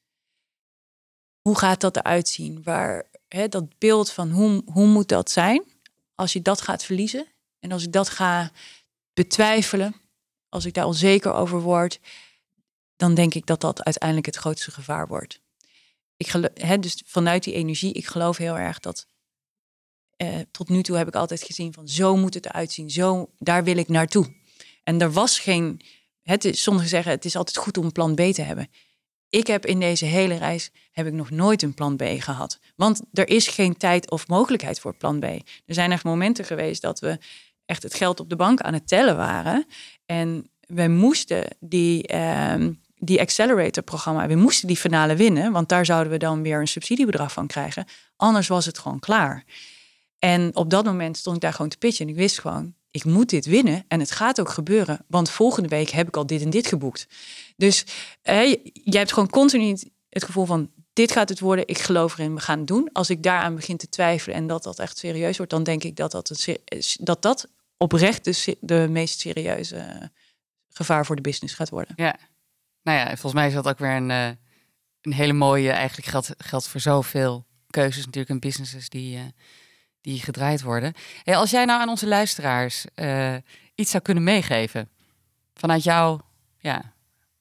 Hoe gaat dat eruit zien? Waar, hè, dat beeld van hoe, hoe moet dat zijn? Als je dat gaat verliezen. En als ik dat ga betwijfelen. Als ik daar onzeker over word. Dan denk ik dat dat uiteindelijk het grootste gevaar wordt. Ik gelo- hè, dus vanuit die energie. Ik geloof heel erg dat... Uh, tot nu toe heb ik altijd gezien van zo moet het eruit zien. Zo, daar wil ik naartoe. En er was geen... Het is, sommigen zeggen het is altijd goed om een plan B te hebben. Ik heb in deze hele reis heb ik nog nooit een plan B gehad. Want er is geen tijd of mogelijkheid voor plan B. Er zijn echt momenten geweest dat we echt het geld op de bank aan het tellen waren. En we moesten die, uh, die accelerator-programma, we moesten die finale winnen. Want daar zouden we dan weer een subsidiebedrag van krijgen. Anders was het gewoon klaar. En op dat moment stond ik daar gewoon te pitchen. En ik wist gewoon, ik moet dit winnen. En het gaat ook gebeuren. Want volgende week heb ik al dit en dit geboekt. Dus eh, je hebt gewoon continu het gevoel van... dit gaat het worden, ik geloof erin, we gaan het doen. Als ik daaraan begin te twijfelen en dat dat echt serieus wordt... dan denk ik dat dat, het, dat, dat oprecht de, de meest serieuze gevaar voor de business gaat worden. Ja, nou ja, volgens mij is dat ook weer een, uh, een hele mooie... eigenlijk geldt, geldt voor zoveel keuzes natuurlijk en businesses die... Uh, die gedraaid worden. Hey, als jij nou aan onze luisteraars uh, iets zou kunnen meegeven... vanuit jouw ja,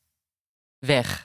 weg,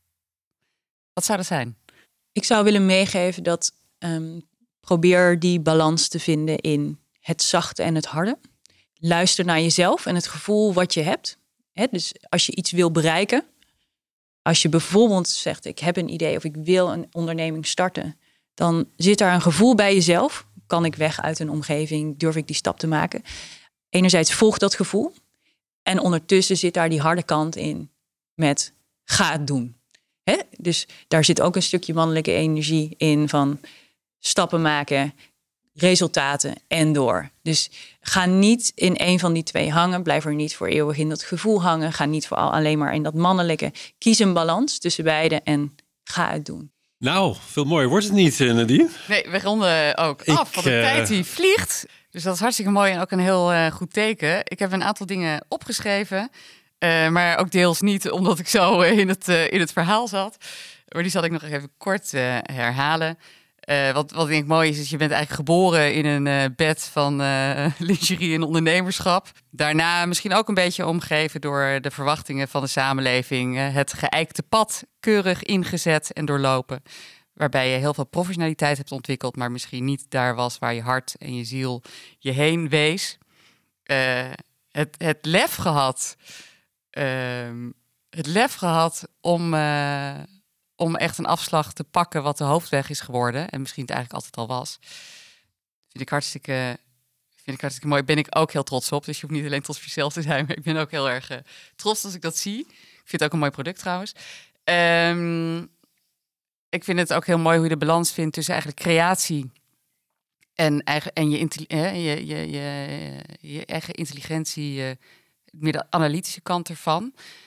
wat zou dat zijn? Ik zou willen meegeven dat um, probeer die balans te vinden in het zachte en het harde. Luister naar jezelf en het gevoel wat je hebt. He, dus als je iets wil bereiken... als je bijvoorbeeld zegt, ik heb een idee of ik wil een onderneming starten... dan zit daar een gevoel bij jezelf... Kan ik weg uit een omgeving? Durf ik die stap te maken? Enerzijds volg dat gevoel. En ondertussen zit daar die harde kant in met ga het doen. Hè? Dus daar zit ook een stukje mannelijke energie in van stappen maken, resultaten en door. Dus ga niet in een van die twee hangen. Blijf er niet voor eeuwig in dat gevoel hangen. Ga niet vooral alleen maar in dat mannelijke. Kies een balans tussen beide en ga het doen. Nou, veel mooier wordt het niet, Nadine. Nee, we ronden ook Ik, af, want de uh... tijd die vliegt. Dus dat is hartstikke mooi en ook een heel uh, goed teken. Ik heb een aantal dingen opgeschreven, uh, maar ook deels niet, omdat ik zo uh, in, het, uh, in het verhaal zat. Maar die zal ik nog even kort uh, herhalen. Uh, wat, wat denk ik mooi is, is je bent eigenlijk geboren in een uh, bed van uh, lingerie en ondernemerschap. Daarna misschien ook een beetje omgeven door de verwachtingen van de samenleving. Uh, het geëikte pad keurig ingezet en doorlopen. Waarbij je heel veel professionaliteit hebt ontwikkeld, maar misschien niet daar was waar je hart en je ziel je heen wees. Uh, het, het lef gehad, uh, het lef gehad om... Uh, om echt een afslag te pakken wat de hoofdweg is geworden. En misschien het eigenlijk altijd al was. Vind ik hartstikke, vind ik hartstikke mooi. Ben ik ook heel trots op. Dus je hoeft niet alleen trots op jezelf te zijn. Maar ik ben ook heel erg uh, trots als ik dat zie. Ik vind het ook een mooi product trouwens. Um, ik vind het ook heel mooi hoe je de balans vindt tussen eigenlijk creatie... en, eigen, en je, eh, je, je, je, je eigen intelligentie... Uh, meer de analytische kant ervan.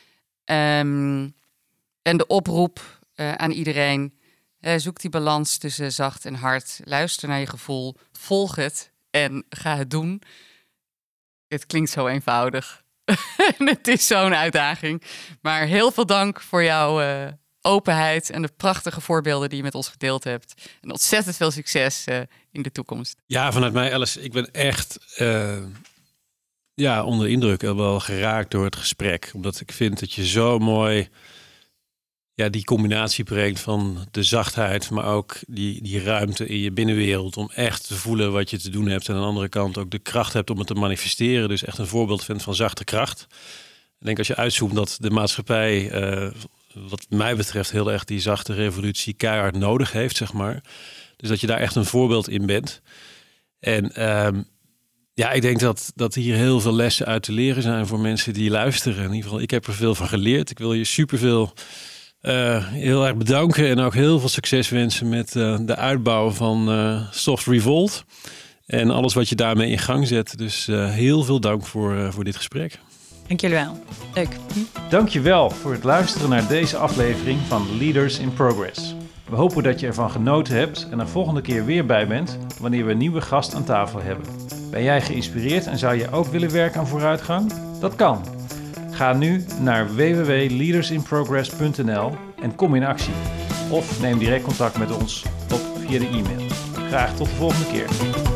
Um, en de oproep... Uh, aan iedereen, uh, zoek die balans tussen zacht en hard. Luister naar je gevoel, volg het en ga het doen. Het klinkt zo eenvoudig. Het is zo'n uitdaging. Maar heel veel dank voor jouw uh, openheid en de prachtige voorbeelden die je met ons gedeeld hebt. En ontzettend veel succes uh, in de toekomst. Ja, vanuit mij, Alice, ik ben echt uh, ja, onder de indruk en wel geraakt door het gesprek. Omdat ik vind dat je zo mooi... ja, die combinatie brengt van de zachtheid, maar ook die, die ruimte in je binnenwereld om echt te voelen wat je te doen hebt. En aan de andere kant ook de kracht hebt om het te manifesteren. Dus echt een voorbeeld vindt van zachte kracht. Ik denk als je uitzoomt dat de maatschappij, uh, wat mij betreft, heel erg die zachte revolutie keihard nodig heeft, zeg maar. Dus dat je daar echt een voorbeeld in bent. En um, Ja, ik denk dat, dat hier heel veel lessen uit te leren zijn voor mensen die luisteren. In ieder geval, ik heb er veel van geleerd. Ik wil je superveel uh, heel erg bedanken en ook heel veel succes wensen met uh, de uitbouw van uh, Soft Revolt. En alles wat je daarmee in gang zet. Dus uh, heel veel dank voor, uh, voor dit gesprek. Dank jullie wel. Leuk. Dank je wel voor het luisteren naar deze aflevering van Leaders in Progress. We hopen dat je ervan genoten hebt en er volgende keer weer bij bent wanneer we een nieuwe gast aan tafel hebben. Ben jij geïnspireerd en zou je ook willen werken aan vooruitgang? Dat kan. Ga nu naar w w w punt leaders in progress punt n l en kom in actie. Of neem direct contact met ons op via de e-mail. Graag tot de volgende keer.